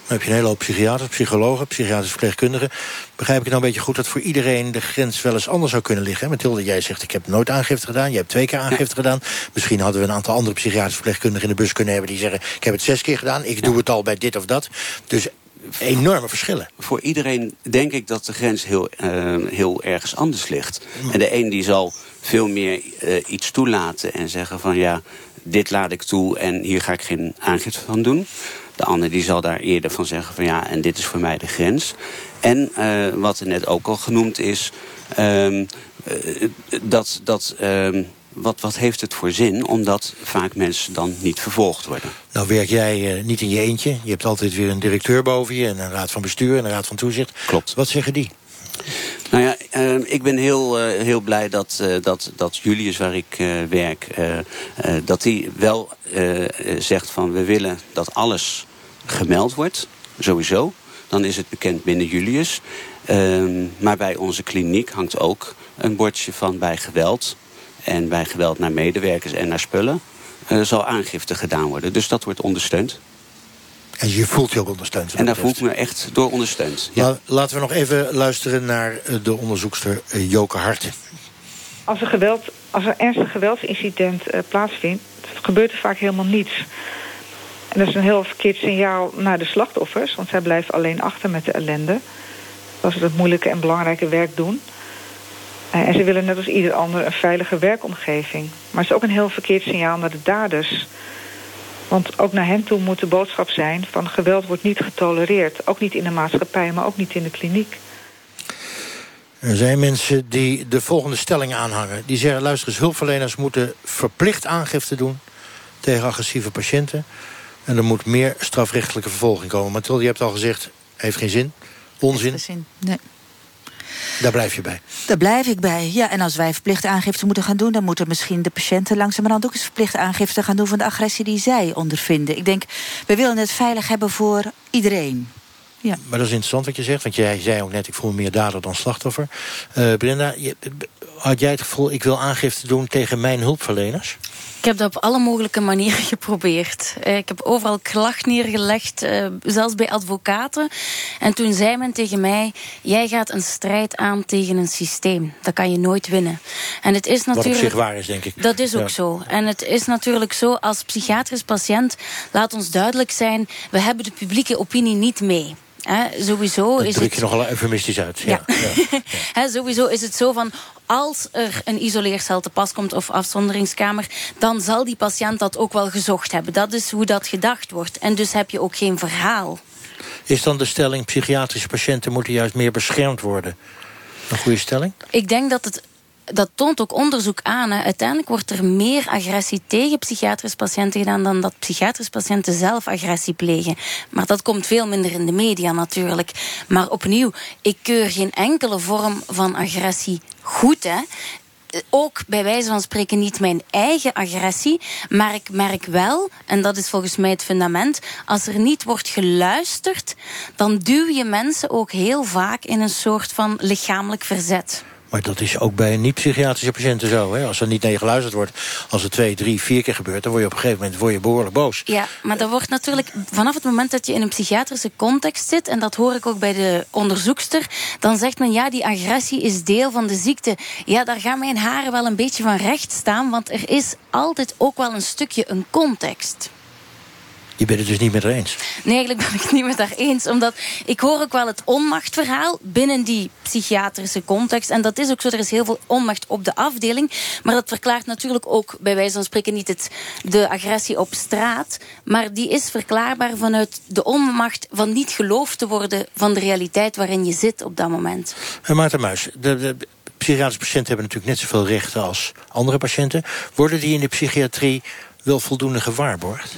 heb je een hele hoop psychiaters, psychologen, psychiatrische verpleegkundigen. Begrijp ik het nou een beetje goed dat voor iedereen de grens wel eens anders zou kunnen liggen? Mathilde, jij zegt ik heb nooit aangifte gedaan. Jij hebt twee keer aangifte ja. gedaan. Misschien hadden we een aantal andere psychiatrische verpleegkundigen in de bus kunnen hebben die zeggen ik heb het zes keer gedaan. Ik ja. doe het al bij dit of dat. Dus enorme verschillen. Voor iedereen denk ik dat de grens heel, uh, heel ergens anders ligt. En de een die zal veel meer uh, iets toelaten en zeggen van ja, dit laat ik toe en hier ga ik geen aangifte van doen. De ander die zal daar eerder van zeggen van ja, en dit is voor mij de grens. En uh, wat er net ook al genoemd is, um, uh, dat... dat um, Wat, wat heeft het voor zin, omdat vaak mensen dan niet vervolgd worden? Nou werk jij uh, niet in je eentje. Je hebt altijd weer een directeur boven je en een raad van bestuur en een raad van toezicht. Klopt. Wat zeggen die? Nou ja, uh, ik ben heel, uh, heel blij dat, uh, dat, dat Julius, waar ik uh, werk, uh, uh, dat hij wel uh, zegt van we willen dat alles gemeld wordt, sowieso. Dan is het bekend binnen Julius. Uh, maar bij onze kliniek hangt ook een bordje van bij geweld. En bij geweld naar medewerkers en naar spullen uh, zal aangifte gedaan worden. Dus dat wordt ondersteund. En je voelt je ook ondersteund? En daar voel ik me echt door ondersteund. Ja. Nou, laten we nog even luisteren naar de onderzoekster uh, Joke Hart. Als er, geweld, als er ernstig geweldsincident uh, plaatsvindt, gebeurt er vaak helemaal niets. En dat is een heel verkeerd signaal naar de slachtoffers, want zij blijven alleen achter met de ellende. Als ze dat moeilijke en belangrijke werk doen. En ze willen net als ieder ander een veilige werkomgeving. Maar het is ook een heel verkeerd signaal naar de daders. Want ook naar hen toe moet de boodschap zijn van geweld wordt niet getolereerd. Ook niet in de maatschappij, maar ook niet in de kliniek. Er zijn mensen die de volgende stelling aanhangen. Die zeggen, luister eens, hulpverleners moeten verplicht aangifte doen tegen agressieve patiënten. En er moet meer strafrechtelijke vervolging komen. Mathilde, je hebt al gezegd, heeft geen zin. Onzin. Heeft geen zin, nee. Daar blijf je bij? Daar blijf ik bij, ja. En als wij verplichte aangifte moeten gaan doen, dan moeten misschien de patiënten langzamerhand ook eens verplichte aangifte gaan doen van de agressie die zij ondervinden. Ik denk, we willen het veilig hebben voor iedereen. Ja. Maar dat is interessant wat je zegt, want jij zei ook net, ik voel me meer dader dan slachtoffer. Uh, Brenda, je, had jij het gevoel, ik wil aangifte doen tegen mijn hulpverleners? Ik heb dat op alle mogelijke manieren geprobeerd. Ik heb overal klacht neergelegd, zelfs bij advocaten. En toen zei men tegen mij, jij gaat een strijd aan tegen een systeem. Dat kan je nooit winnen. En het is natuurlijk, wat op zich waar is, denk ik. Dat is ook ja. zo. En het is natuurlijk zo, als psychiatrisch patiënt, laat ons duidelijk zijn, we hebben de publieke opinie niet mee. He, sowieso dat is druk het... je nogal eufemistisch uit. Ja. Ja. Ja. He, sowieso is het zo van, als er een isoleercel te pas komt of afzonderingskamer, dan zal die patiënt dat ook wel gezocht hebben. Dat is hoe dat gedacht wordt. En dus heb je ook geen verhaal. Is dan de stelling, psychiatrische patiënten moeten juist meer beschermd worden een goede stelling? Ik denk dat het... Dat toont ook onderzoek aan. Hè. Uiteindelijk wordt er meer agressie tegen psychiatrische patiënten gedaan dan dat psychiatrische patiënten zelf agressie plegen. Maar dat komt veel minder in de media natuurlijk. Maar opnieuw, ik keur geen enkele vorm van agressie goed. Hè. Ook bij wijze van spreken niet mijn eigen agressie. Maar ik merk wel, en dat is volgens mij het fundament, als er niet wordt geluisterd, dan duw je mensen ook heel vaak in een soort van lichamelijk verzet. Maar dat is ook bij niet-psychiatrische patiënten zo. Hè? Als er niet naar je geluisterd wordt, als het twee, drie, vier keer gebeurt, dan word je op een gegeven moment word je behoorlijk boos. Ja, maar dat wordt natuurlijk vanaf het moment dat je in een psychiatrische context zit, en dat hoor ik ook bij de onderzoekster, dan zegt men ja, die agressie is deel van de ziekte. Ja, daar gaan mijn haren wel een beetje van recht staan, want er is altijd ook wel een stukje een context. Je bent het dus niet met haar eens? Nee, eigenlijk ben ik het niet met haar eens. Omdat ik hoor ook wel het onmachtverhaal binnen die psychiatrische context. En dat is ook zo, er is heel veel onmacht op de afdeling. Maar dat verklaart natuurlijk ook, bij wijze van spreken, niet het, de agressie op straat. Maar die is verklaarbaar vanuit de onmacht van niet geloofd te worden van de realiteit waarin je zit op dat moment. En Maarten Muis, de, de psychiatrische patiënten hebben natuurlijk net zoveel rechten als andere patiënten. Worden die in de psychiatrie wel voldoende gewaarborgd?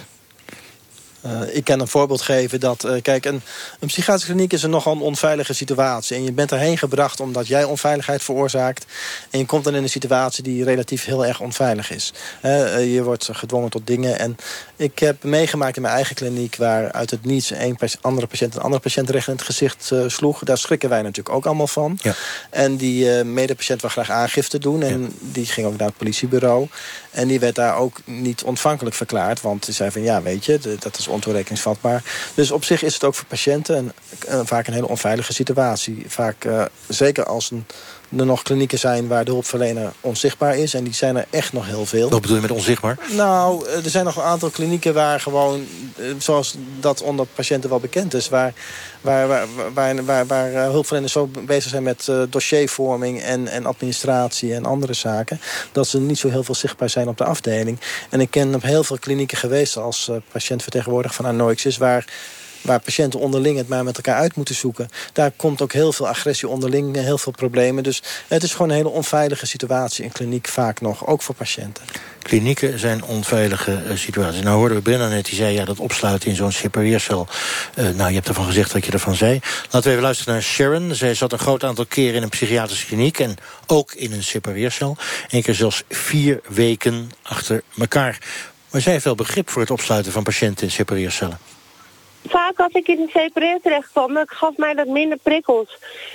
Uh, ik kan een voorbeeld geven dat, uh, kijk, een, een psychiatrische kliniek is een nogal een onveilige situatie. En je bent erheen gebracht omdat jij onveiligheid veroorzaakt. En je komt dan in een situatie die relatief heel erg onveilig is. Uh, je wordt gedwongen tot dingen. En ik heb meegemaakt in mijn eigen kliniek waar uit het niets een andere patiënt een andere patiënt recht in het gezicht uh, sloeg. Daar schrikken wij natuurlijk ook allemaal van. Ja. En die uh, medepatiënt wou graag aangifte doen. En ja. die ging ook naar het politiebureau. En die werd daar ook niet ontvankelijk verklaard. Want die zei van ja, weet je, dat is ontoerekeningsvatbaar. Dus op zich is het ook voor patiënten een, uh, vaak een hele onveilige situatie. Vaak, uh, zeker als een, er nog klinieken zijn waar de hulpverlener onzichtbaar is. En die zijn er echt nog heel veel. Wat bedoel je met onzichtbaar? Nou, er zijn nog een aantal klinieken waar gewoon, zoals dat onder patiënten wel bekend is, waar, waar, waar, waar, waar, waar hulpverleners zo bezig zijn met uh, dossiervorming en, en administratie en andere zaken, dat ze niet zo heel veel zichtbaar zijn op de afdeling. En ik ken op heel veel klinieken geweest als uh, patiëntvertegenwoordiger van Anoixis, waar waar patiënten onderling het maar met elkaar uit moeten zoeken. Daar komt ook heel veel agressie onderling, heel veel problemen. Dus het is gewoon een hele onveilige situatie in kliniek vaak nog, ook voor patiënten. Klinieken zijn onveilige uh, situaties. Nou hoorden we Brenna net, die zei ja, dat opsluiten in zo'n separeercel. Uh, nou, je hebt ervan gezegd wat je ervan zei. Laten we even luisteren naar Sharon. Zij zat een groot aantal keren in een psychiatrische kliniek en ook in een separeercel. Eén keer zelfs vier weken achter elkaar. Maar zij heeft wel begrip voor het opsluiten van patiënten in separeercellen. Vaak als ik in een separeer terecht kwam, dan gaf mij dat minder prikkels.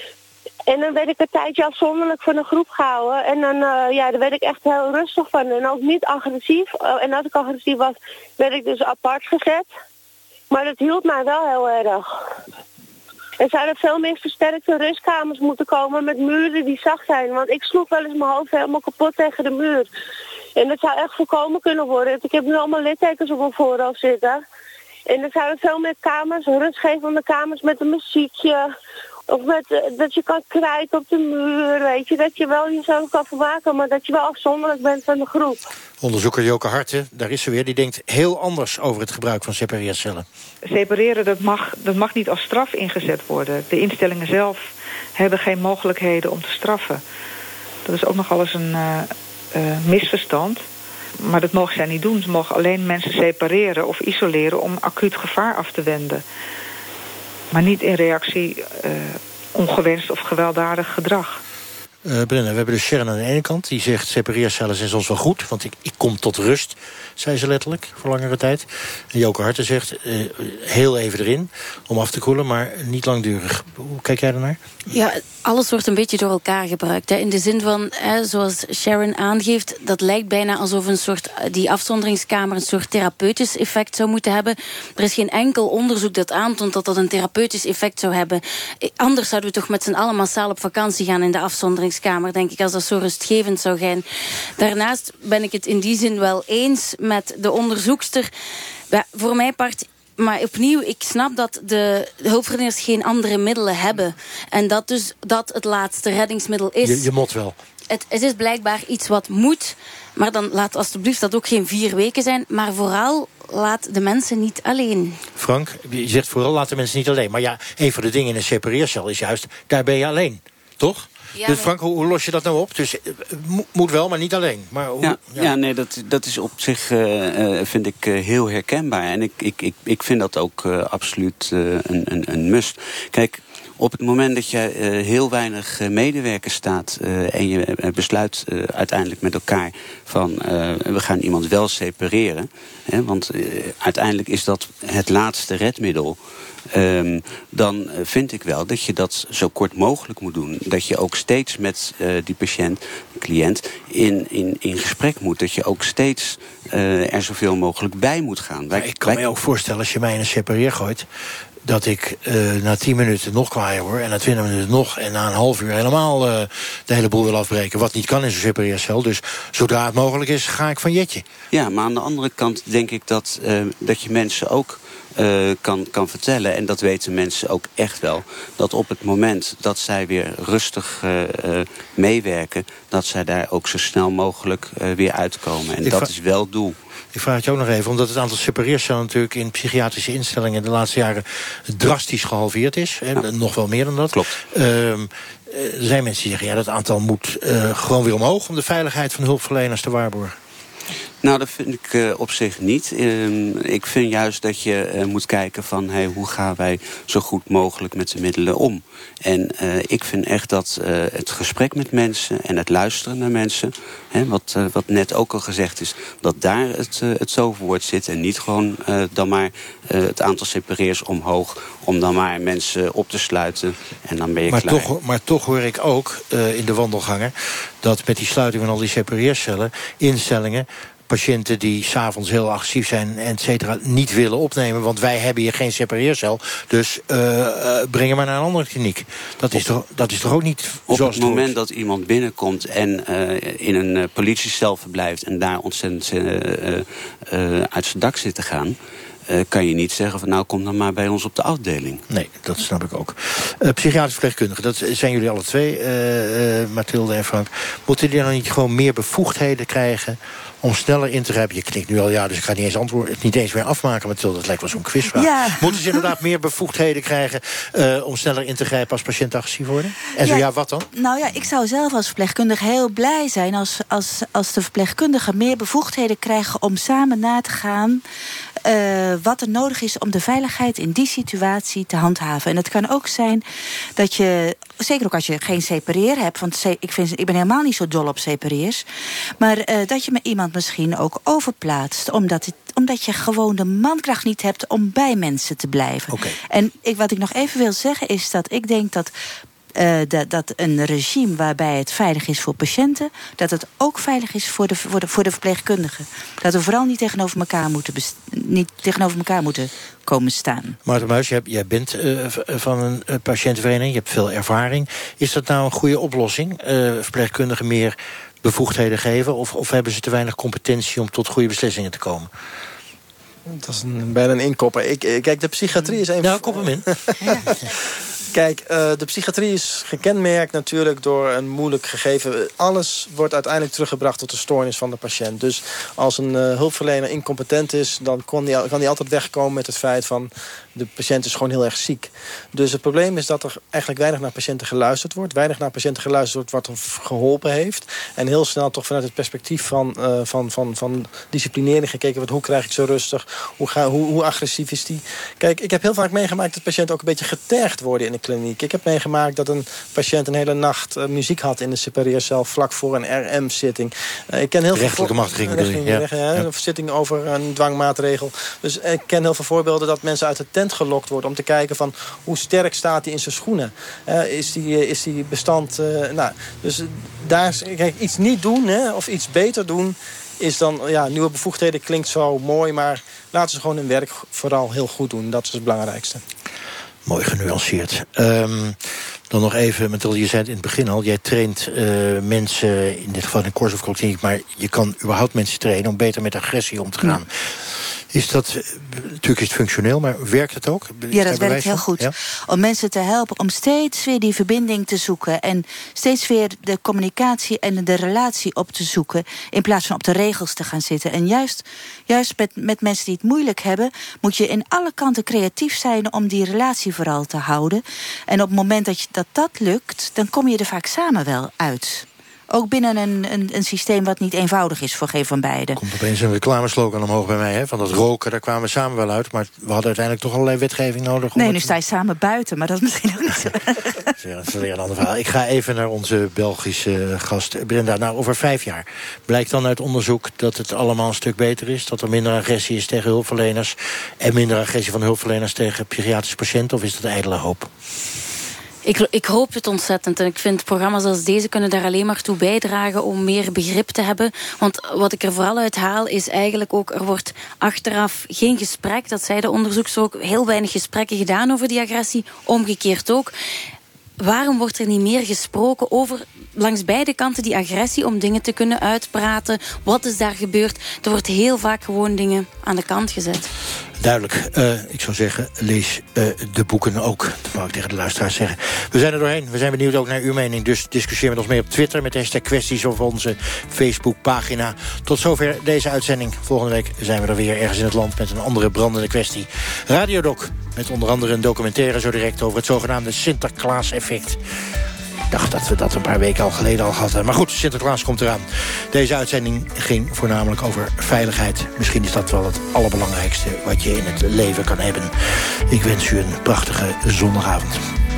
En dan werd ik een tijdje afzonderlijk van een groep gehouden. En dan, uh, ja, daar werd ik echt heel rustig van. En ook niet agressief. Uh, en als ik agressief was, werd ik dus apart gezet. Maar dat hielp mij wel heel erg. Er zouden veel meer versterkte rustkamers moeten komen met muren die zacht zijn. Want ik sloeg wel eens mijn hoofd helemaal kapot tegen de muur. En dat zou echt voorkomen kunnen worden. Ik heb nu allemaal littekens op mijn voorhoofd zitten. En er zouden veel meer kamers, rustgevende kamers met een muziekje. Of met, uh, dat je kan krijten op de muur, weet je. Dat je wel jezelf kan vermaken, maar dat je wel afzonderlijk bent van de groep. Onderzoeker Joke Harten, daar is ze weer, die denkt heel anders over het gebruik van separeercellen. Separeren, dat mag, dat mag niet als straf ingezet worden. De instellingen zelf hebben geen mogelijkheden om te straffen. Dat is ook nogal eens een uh, uh, misverstand. Maar dat mogen zij niet doen. Ze mogen alleen mensen separeren of isoleren om acuut gevaar af te wenden. Maar niet in reactie uh, ongewenst of gewelddadig gedrag. Uh, Brenna, we hebben dus Sharon aan de ene kant. Die zegt, separeercellen zijn soms wel goed, want ik, ik kom tot rust, zei ze letterlijk, voor langere tijd. En Joke Harten zegt, uh, heel even erin, om af te koelen, maar niet langdurig. Hoe kijk jij ernaar? Ja, alles wordt een beetje door elkaar gebruikt. Hè. In de zin van, hè, zoals Sharon aangeeft, dat lijkt bijna alsof een soort, die afzonderingskamer een soort therapeutisch effect zou moeten hebben. Er is geen enkel onderzoek dat aantoont dat dat een therapeutisch effect zou hebben. Anders zouden we toch met z'n allen massaal op vakantie gaan in de afzonderingskamer, denk ik, als dat zo rustgevend zou zijn. Daarnaast ben ik het in die zin wel eens met de onderzoekster. Ja, voor mijn part. Maar opnieuw, ik snap dat de hulpverleners geen andere middelen hebben. En dat dus dat het laatste reddingsmiddel is. Je, je mot wel. Het, het is blijkbaar iets wat moet. Maar dan laat alsjeblieft dat ook geen vier weken zijn. Maar vooral laat de mensen niet alleen. Frank, je zegt vooral laat de mensen niet alleen. Maar ja, een van de dingen in een separeercel is juist, daar ben je alleen. Toch? Ja, dus Frank, hoe, hoe los je dat nou op? Dus uh, moet wel, maar niet alleen. Maar hoe, ja, ja. ja, nee, dat, dat is op zich, uh, vind ik, uh, heel herkenbaar. En ik, ik, ik, ik vind dat ook uh, absoluut uh, een, een, een must. Kijk, op het moment dat je uh, heel weinig uh, medewerkers staat uh, en je uh, besluit uh, uiteindelijk met elkaar van uh, we gaan iemand wel separeren. Hè, want uh, uiteindelijk is dat het laatste redmiddel. Um, dan vind ik wel dat je dat zo kort mogelijk moet doen. Dat je ook steeds met uh, die patiënt, de cliënt, in, in, in gesprek moet. Dat je ook steeds uh, er zoveel mogelijk bij moet gaan. Wij, ik kan wij... me ook voorstellen, als je mij in een separeer gooit, dat ik uh, na tien minuten nog kwaaier hoor, en na twintig minuten nog, en na een half uur helemaal uh, de hele boel wil afbreken. Wat niet kan in zo'n separeercel. Dus zodra het mogelijk is, ga ik van jetje. Ja, maar aan de andere kant denk ik dat, uh, dat je mensen ook Uh, kan, kan vertellen, en dat weten mensen ook echt wel, dat op het moment dat zij weer rustig uh, uh, meewerken, dat zij daar ook zo snel mogelijk uh, weer uitkomen. En ik dat is wel het doel. Ik vraag het je ook nog even, omdat het aantal separeercellen natuurlijk in psychiatrische instellingen de laatste jaren drastisch gehalveerd is. Ja. Hè, nog wel meer dan dat. Klopt. Uh, er zijn mensen die zeggen, ja, dat aantal moet uh, gewoon weer omhoog om de veiligheid van hulpverleners te waarborgen. Nou, dat vind ik uh, op zich niet. Uh, ik vind juist dat je uh, moet kijken van, hey, hoe gaan wij zo goed mogelijk met de middelen om? En uh, ik vind echt dat uh, het gesprek met mensen en het luisteren naar mensen, hè, wat, uh, wat net ook al gezegd is, dat daar het, uh, het zoverwoord zit en niet gewoon uh, dan maar uh, het aantal separeers omhoog om dan maar mensen op te sluiten en dan ben je maar klaar. Toch, maar toch hoor ik ook uh, in de wandelgangen dat met die sluiting van al die separeercellen, instellingen, patiënten die 's avonds heel agressief zijn, et cetera, niet willen opnemen, want wij hebben hier geen separeercel. Dus uh, uh, breng hem maar naar een andere kliniek. Dat is toch, dat is toch ook niet op zoals het het moment hoort. dat iemand binnenkomt en uh, in een uh, politiecel verblijft en daar ontzettend uh, uh, uh, uit zijn dak zit te gaan, Uh, kan je niet zeggen van nou kom dan maar bij ons op de afdeling. Nee, dat snap ik ook. Uh, psychiatrisch verpleegkundige, dat zijn jullie alle twee, uh, uh, Mathilde en Frank. Moeten die dan niet gewoon meer bevoegdheden krijgen om sneller in te grijpen? Je knikt nu al ja, dus ik ga niet eens antwoorden, het niet eens meer afmaken, Mathilde. Dat lijkt wel zo'n quizvraag. Ja. Moeten ze inderdaad meer bevoegdheden krijgen uh, om sneller in te grijpen als patiënten agressief worden? En zo ja, ja, wat dan? Nou ja, ik zou zelf als verpleegkundige heel blij zijn als, als, als de verpleegkundigen meer bevoegdheden krijgen om samen na te gaan Uh, wat er nodig is om de veiligheid in die situatie te handhaven. En het kan ook zijn dat je, zeker ook als je geen separeer hebt, want ik, vind, ik ben helemaal niet zo dol op separeers, maar uh, dat je met iemand misschien ook overplaatst, omdat, het, omdat je gewoon de mankracht niet hebt om bij mensen te blijven. Okay. En ik, wat ik nog even wil zeggen is dat ik denk dat Uh, dat, dat een regime waarbij het veilig is voor patiënten, dat het ook veilig is voor de, voor de, voor de verpleegkundigen. Dat we vooral niet tegenover elkaar moeten, best- niet tegenover elkaar moeten komen staan. Maarten Muis, jij, jij bent uh, van een uh, patiëntenvereniging, je hebt veel ervaring. Is dat nou een goede oplossing? Uh, verpleegkundigen meer bevoegdheden geven? Of, of hebben ze te weinig competentie om tot goede beslissingen te komen? Dat is een, bijna een inkopper. Ik, kijk, de psychiatrie is een... Nou, kop hem in. Ja. Kijk, uh, de psychiatrie is gekenmerkt natuurlijk door een moeilijk gegeven. Alles wordt uiteindelijk teruggebracht tot de stoornis van de patiënt. Dus als een uh, hulpverlener incompetent is, dan kan die, kan die altijd wegkomen met het feit van de patiënt is gewoon heel erg ziek. Dus het probleem is dat er eigenlijk weinig naar patiënten geluisterd wordt. Weinig naar patiënten geluisterd wordt wat er geholpen heeft. En heel snel toch vanuit het perspectief van, uh, van, van, van disciplinering gekeken wordt. Hoe krijg ik zo rustig? Hoe, ga, hoe, hoe agressief is die? Kijk, ik heb heel vaak meegemaakt dat patiënten ook een beetje getergd worden in de kliniek. Ik heb meegemaakt dat een patiënt een hele nacht uh, muziek had in de separeercel vlak voor een R M-zitting. Uh, ik ken heel Rechtelijke veel machtiging bedoel je? Ja. Ja, ja. Een zitting over een dwangmaatregel. Dus ik ken heel veel voorbeelden dat mensen uit de tent gelokt worden om te kijken van hoe sterk staat hij in zijn schoenen. Uh, is die, is die bestand... Uh, nou, dus daar, kijk, iets niet doen hè, of iets beter doen is dan, ja, nieuwe bevoegdheden klinkt zo mooi, maar laten ze gewoon hun werk vooral heel goed doen. Dat is het belangrijkste. Mooi genuanceerd. Um, dan nog even, Mathilde, je zei het in het begin al, jij traint uh, mensen, in dit geval in een Korsakoff-kliniek, maar je kan überhaupt mensen trainen om beter met agressie om te gaan. Ja. Is dat, natuurlijk is het functioneel, maar werkt het ook? Ja, dat werkt heel goed. Ja? Om mensen te helpen om steeds weer die verbinding te zoeken en steeds weer de communicatie en de relatie op te zoeken in plaats van op de regels te gaan zitten. En juist, juist met, met mensen die het moeilijk hebben, moet je in alle kanten creatief zijn om die relatie vooral te houden. En op het moment dat je, dat, dat lukt, dan kom je er vaak samen wel uit. Ook binnen een, een, een systeem wat niet eenvoudig is voor geen van beiden. Komt opeens een reclameslogan omhoog bij mij, hè? Van dat roken, daar kwamen we samen wel uit. Maar we hadden uiteindelijk toch allerlei wetgeving nodig. Nee, nu sta je samen buiten, maar dat is misschien ook niet zo. Dat is weer een ander verhaal. Ik ga even naar onze Belgische gast Brenda. Nou, over vijf jaar blijkt dan uit onderzoek dat het allemaal een stuk beter is. Dat er minder agressie is tegen hulpverleners. En minder agressie van hulpverleners tegen psychiatrische patiënten. Of is dat ijdele hoop? Ik, ik hoop het ontzettend. En ik vind programma's als deze kunnen daar alleen maar toe bijdragen om meer begrip te hebben. Want wat ik er vooral uit haal is eigenlijk ook, er wordt achteraf geen gesprek, dat zei de onderzoekster ook, heel weinig gesprekken gedaan over die agressie. Omgekeerd ook. Waarom wordt er niet meer gesproken over, langs beide kanten, die agressie, om dingen te kunnen uitpraten? Wat is daar gebeurd? Er wordt heel vaak gewoon dingen aan de kant gezet. Duidelijk. Uh, ik zou zeggen, lees uh, de boeken ook. Dat wou ik tegen de luisteraars zeggen. We zijn er doorheen. We zijn benieuwd ook naar uw mening. Dus discussieer met ons mee op Twitter met hashtag kwesties of onze Facebookpagina. Tot zover deze uitzending. Volgende week zijn we er weer ergens in het land met een andere brandende kwestie. Radiodoc, met onder andere een documentaire zo direct over het zogenaamde Sinterklaas-effect. Ik dacht dat we dat een paar weken al geleden al hadden. Maar goed, Sinterklaas komt eraan. Deze uitzending ging voornamelijk over veiligheid. Misschien is dat wel het allerbelangrijkste wat je in het leven kan hebben. Ik wens u een prachtige zondagavond.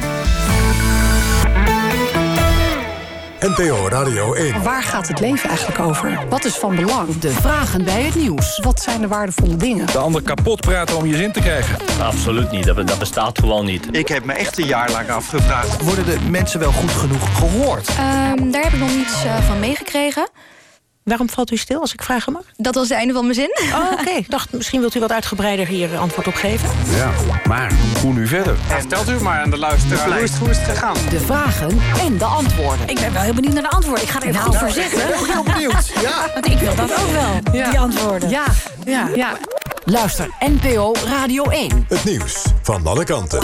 N P O Radio één. Waar gaat het leven eigenlijk over? Wat is van belang? De vragen bij het nieuws. Wat zijn de waardevolle dingen? De ander kapot praten om je zin te krijgen. Absoluut niet, dat, dat bestaat gewoon niet. Ik heb me echt een jaar lang afgevraagd. Worden de mensen wel goed genoeg gehoord? Um, daar heb ik nog niets uh, van meegekregen. Waarom valt u stil, als ik vragen mag? Dat was het einde van mijn zin. Oh, oké. Okay. dacht, misschien wilt u wat uitgebreider hier antwoord op geven. Ja, maar hoe nu verder? Stelt u maar aan de luisteraar. Hoe is, hoe is het gegaan? De vragen en de antwoorden. Ik ben wel heel benieuwd naar de antwoorden. Ik ga er even goed voor zitten. Ik ben ook heel benieuwd. Ja. Want ik wil dat ook wel, ja. Die antwoorden. Ja, ja, ja. Luister N P O Radio één. Het nieuws van alle kanten.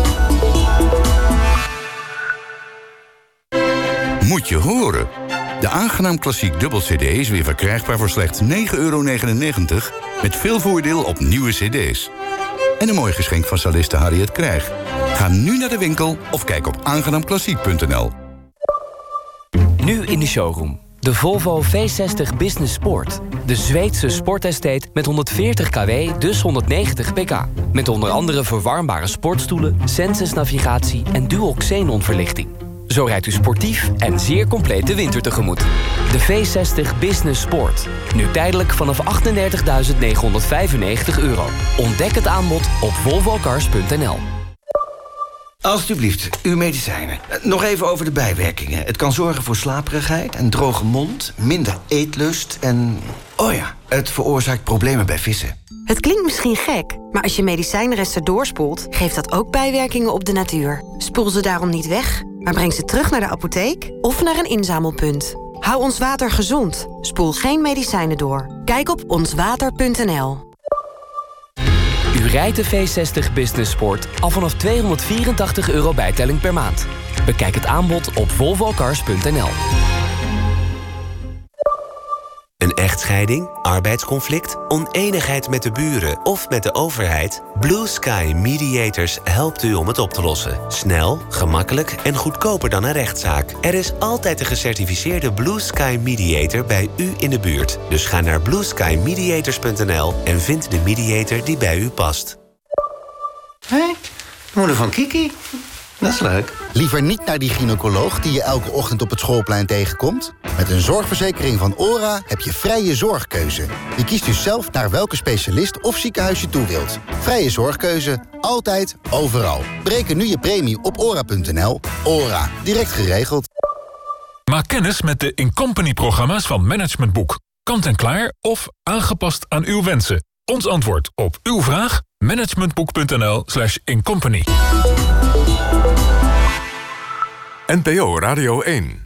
Moet je horen. De Aangenaam Klassiek dubbel C D is weer verkrijgbaar voor slechts negen euro negenennegentig... met veel voordeel op nieuwe cd's. En een mooi geschenk van soliste Harriet Krijg. Ga nu naar de winkel of kijk op aangenaam klassiek punt n l. Nu in de showroom. De Volvo V zestig Business Sport. De Zweedse sportestate met honderdveertig kilowatt, dus honderdnegentig pk. Met onder andere verwarmbare sportstoelen, Sensus-navigatie en dual xenon-verlichting. Zo rijdt u sportief en zeer compleet de winter tegemoet. De V zestig Business Sport. Nu tijdelijk vanaf achtendertigduizend negenhonderdvijfennegentig euro. Ontdek het aanbod op volvo cars punt n l. Alsjeblieft, uw medicijnen. Nog even over de bijwerkingen. Het kan zorgen voor slaperigheid en droge mond, minder eetlust en... oh ja, het veroorzaakt problemen bij vissen. Het klinkt misschien gek, maar als je medicijnresten doorspoelt... geeft dat ook bijwerkingen op de natuur. Spoel ze daarom niet weg, maar breng ze terug naar de apotheek... of naar een inzamelpunt. Hou ons water gezond. Spoel geen medicijnen door. Kijk op ons water punt n l. U rijdt de V zestig Business Sport al vanaf tweehonderdvierentachtig euro bijtelling per maand. Bekijk het aanbod op volvo cars punt n l. Een echtscheiding, arbeidsconflict, onenigheid met de buren of met de overheid? Blue Sky Mediators helpt u om het op te lossen. Snel, gemakkelijk en goedkoper dan een rechtszaak. Er is altijd een gecertificeerde Blue Sky Mediator bij u in de buurt. Dus ga naar blue sky mediators punt n l en vind de mediator die bij u past. Hé, hey, moeder van Kiki. Dat is leuk. Liever niet naar die gynaecoloog die je elke ochtend op het schoolplein tegenkomt? Met een zorgverzekering van ORA heb je vrije zorgkeuze. Je kiest dus zelf naar welke specialist of ziekenhuis je toe wilt. Vrije zorgkeuze, altijd, overal. Bereken nu je premie op ora punt n l. ORA, direct geregeld. Maak kennis met de Incompany-programma's van Management Boek. Kant en klaar of aangepast aan uw wensen. Ons antwoord op uw vraag? managementboek punt n l slash incompany. N P O Radio één.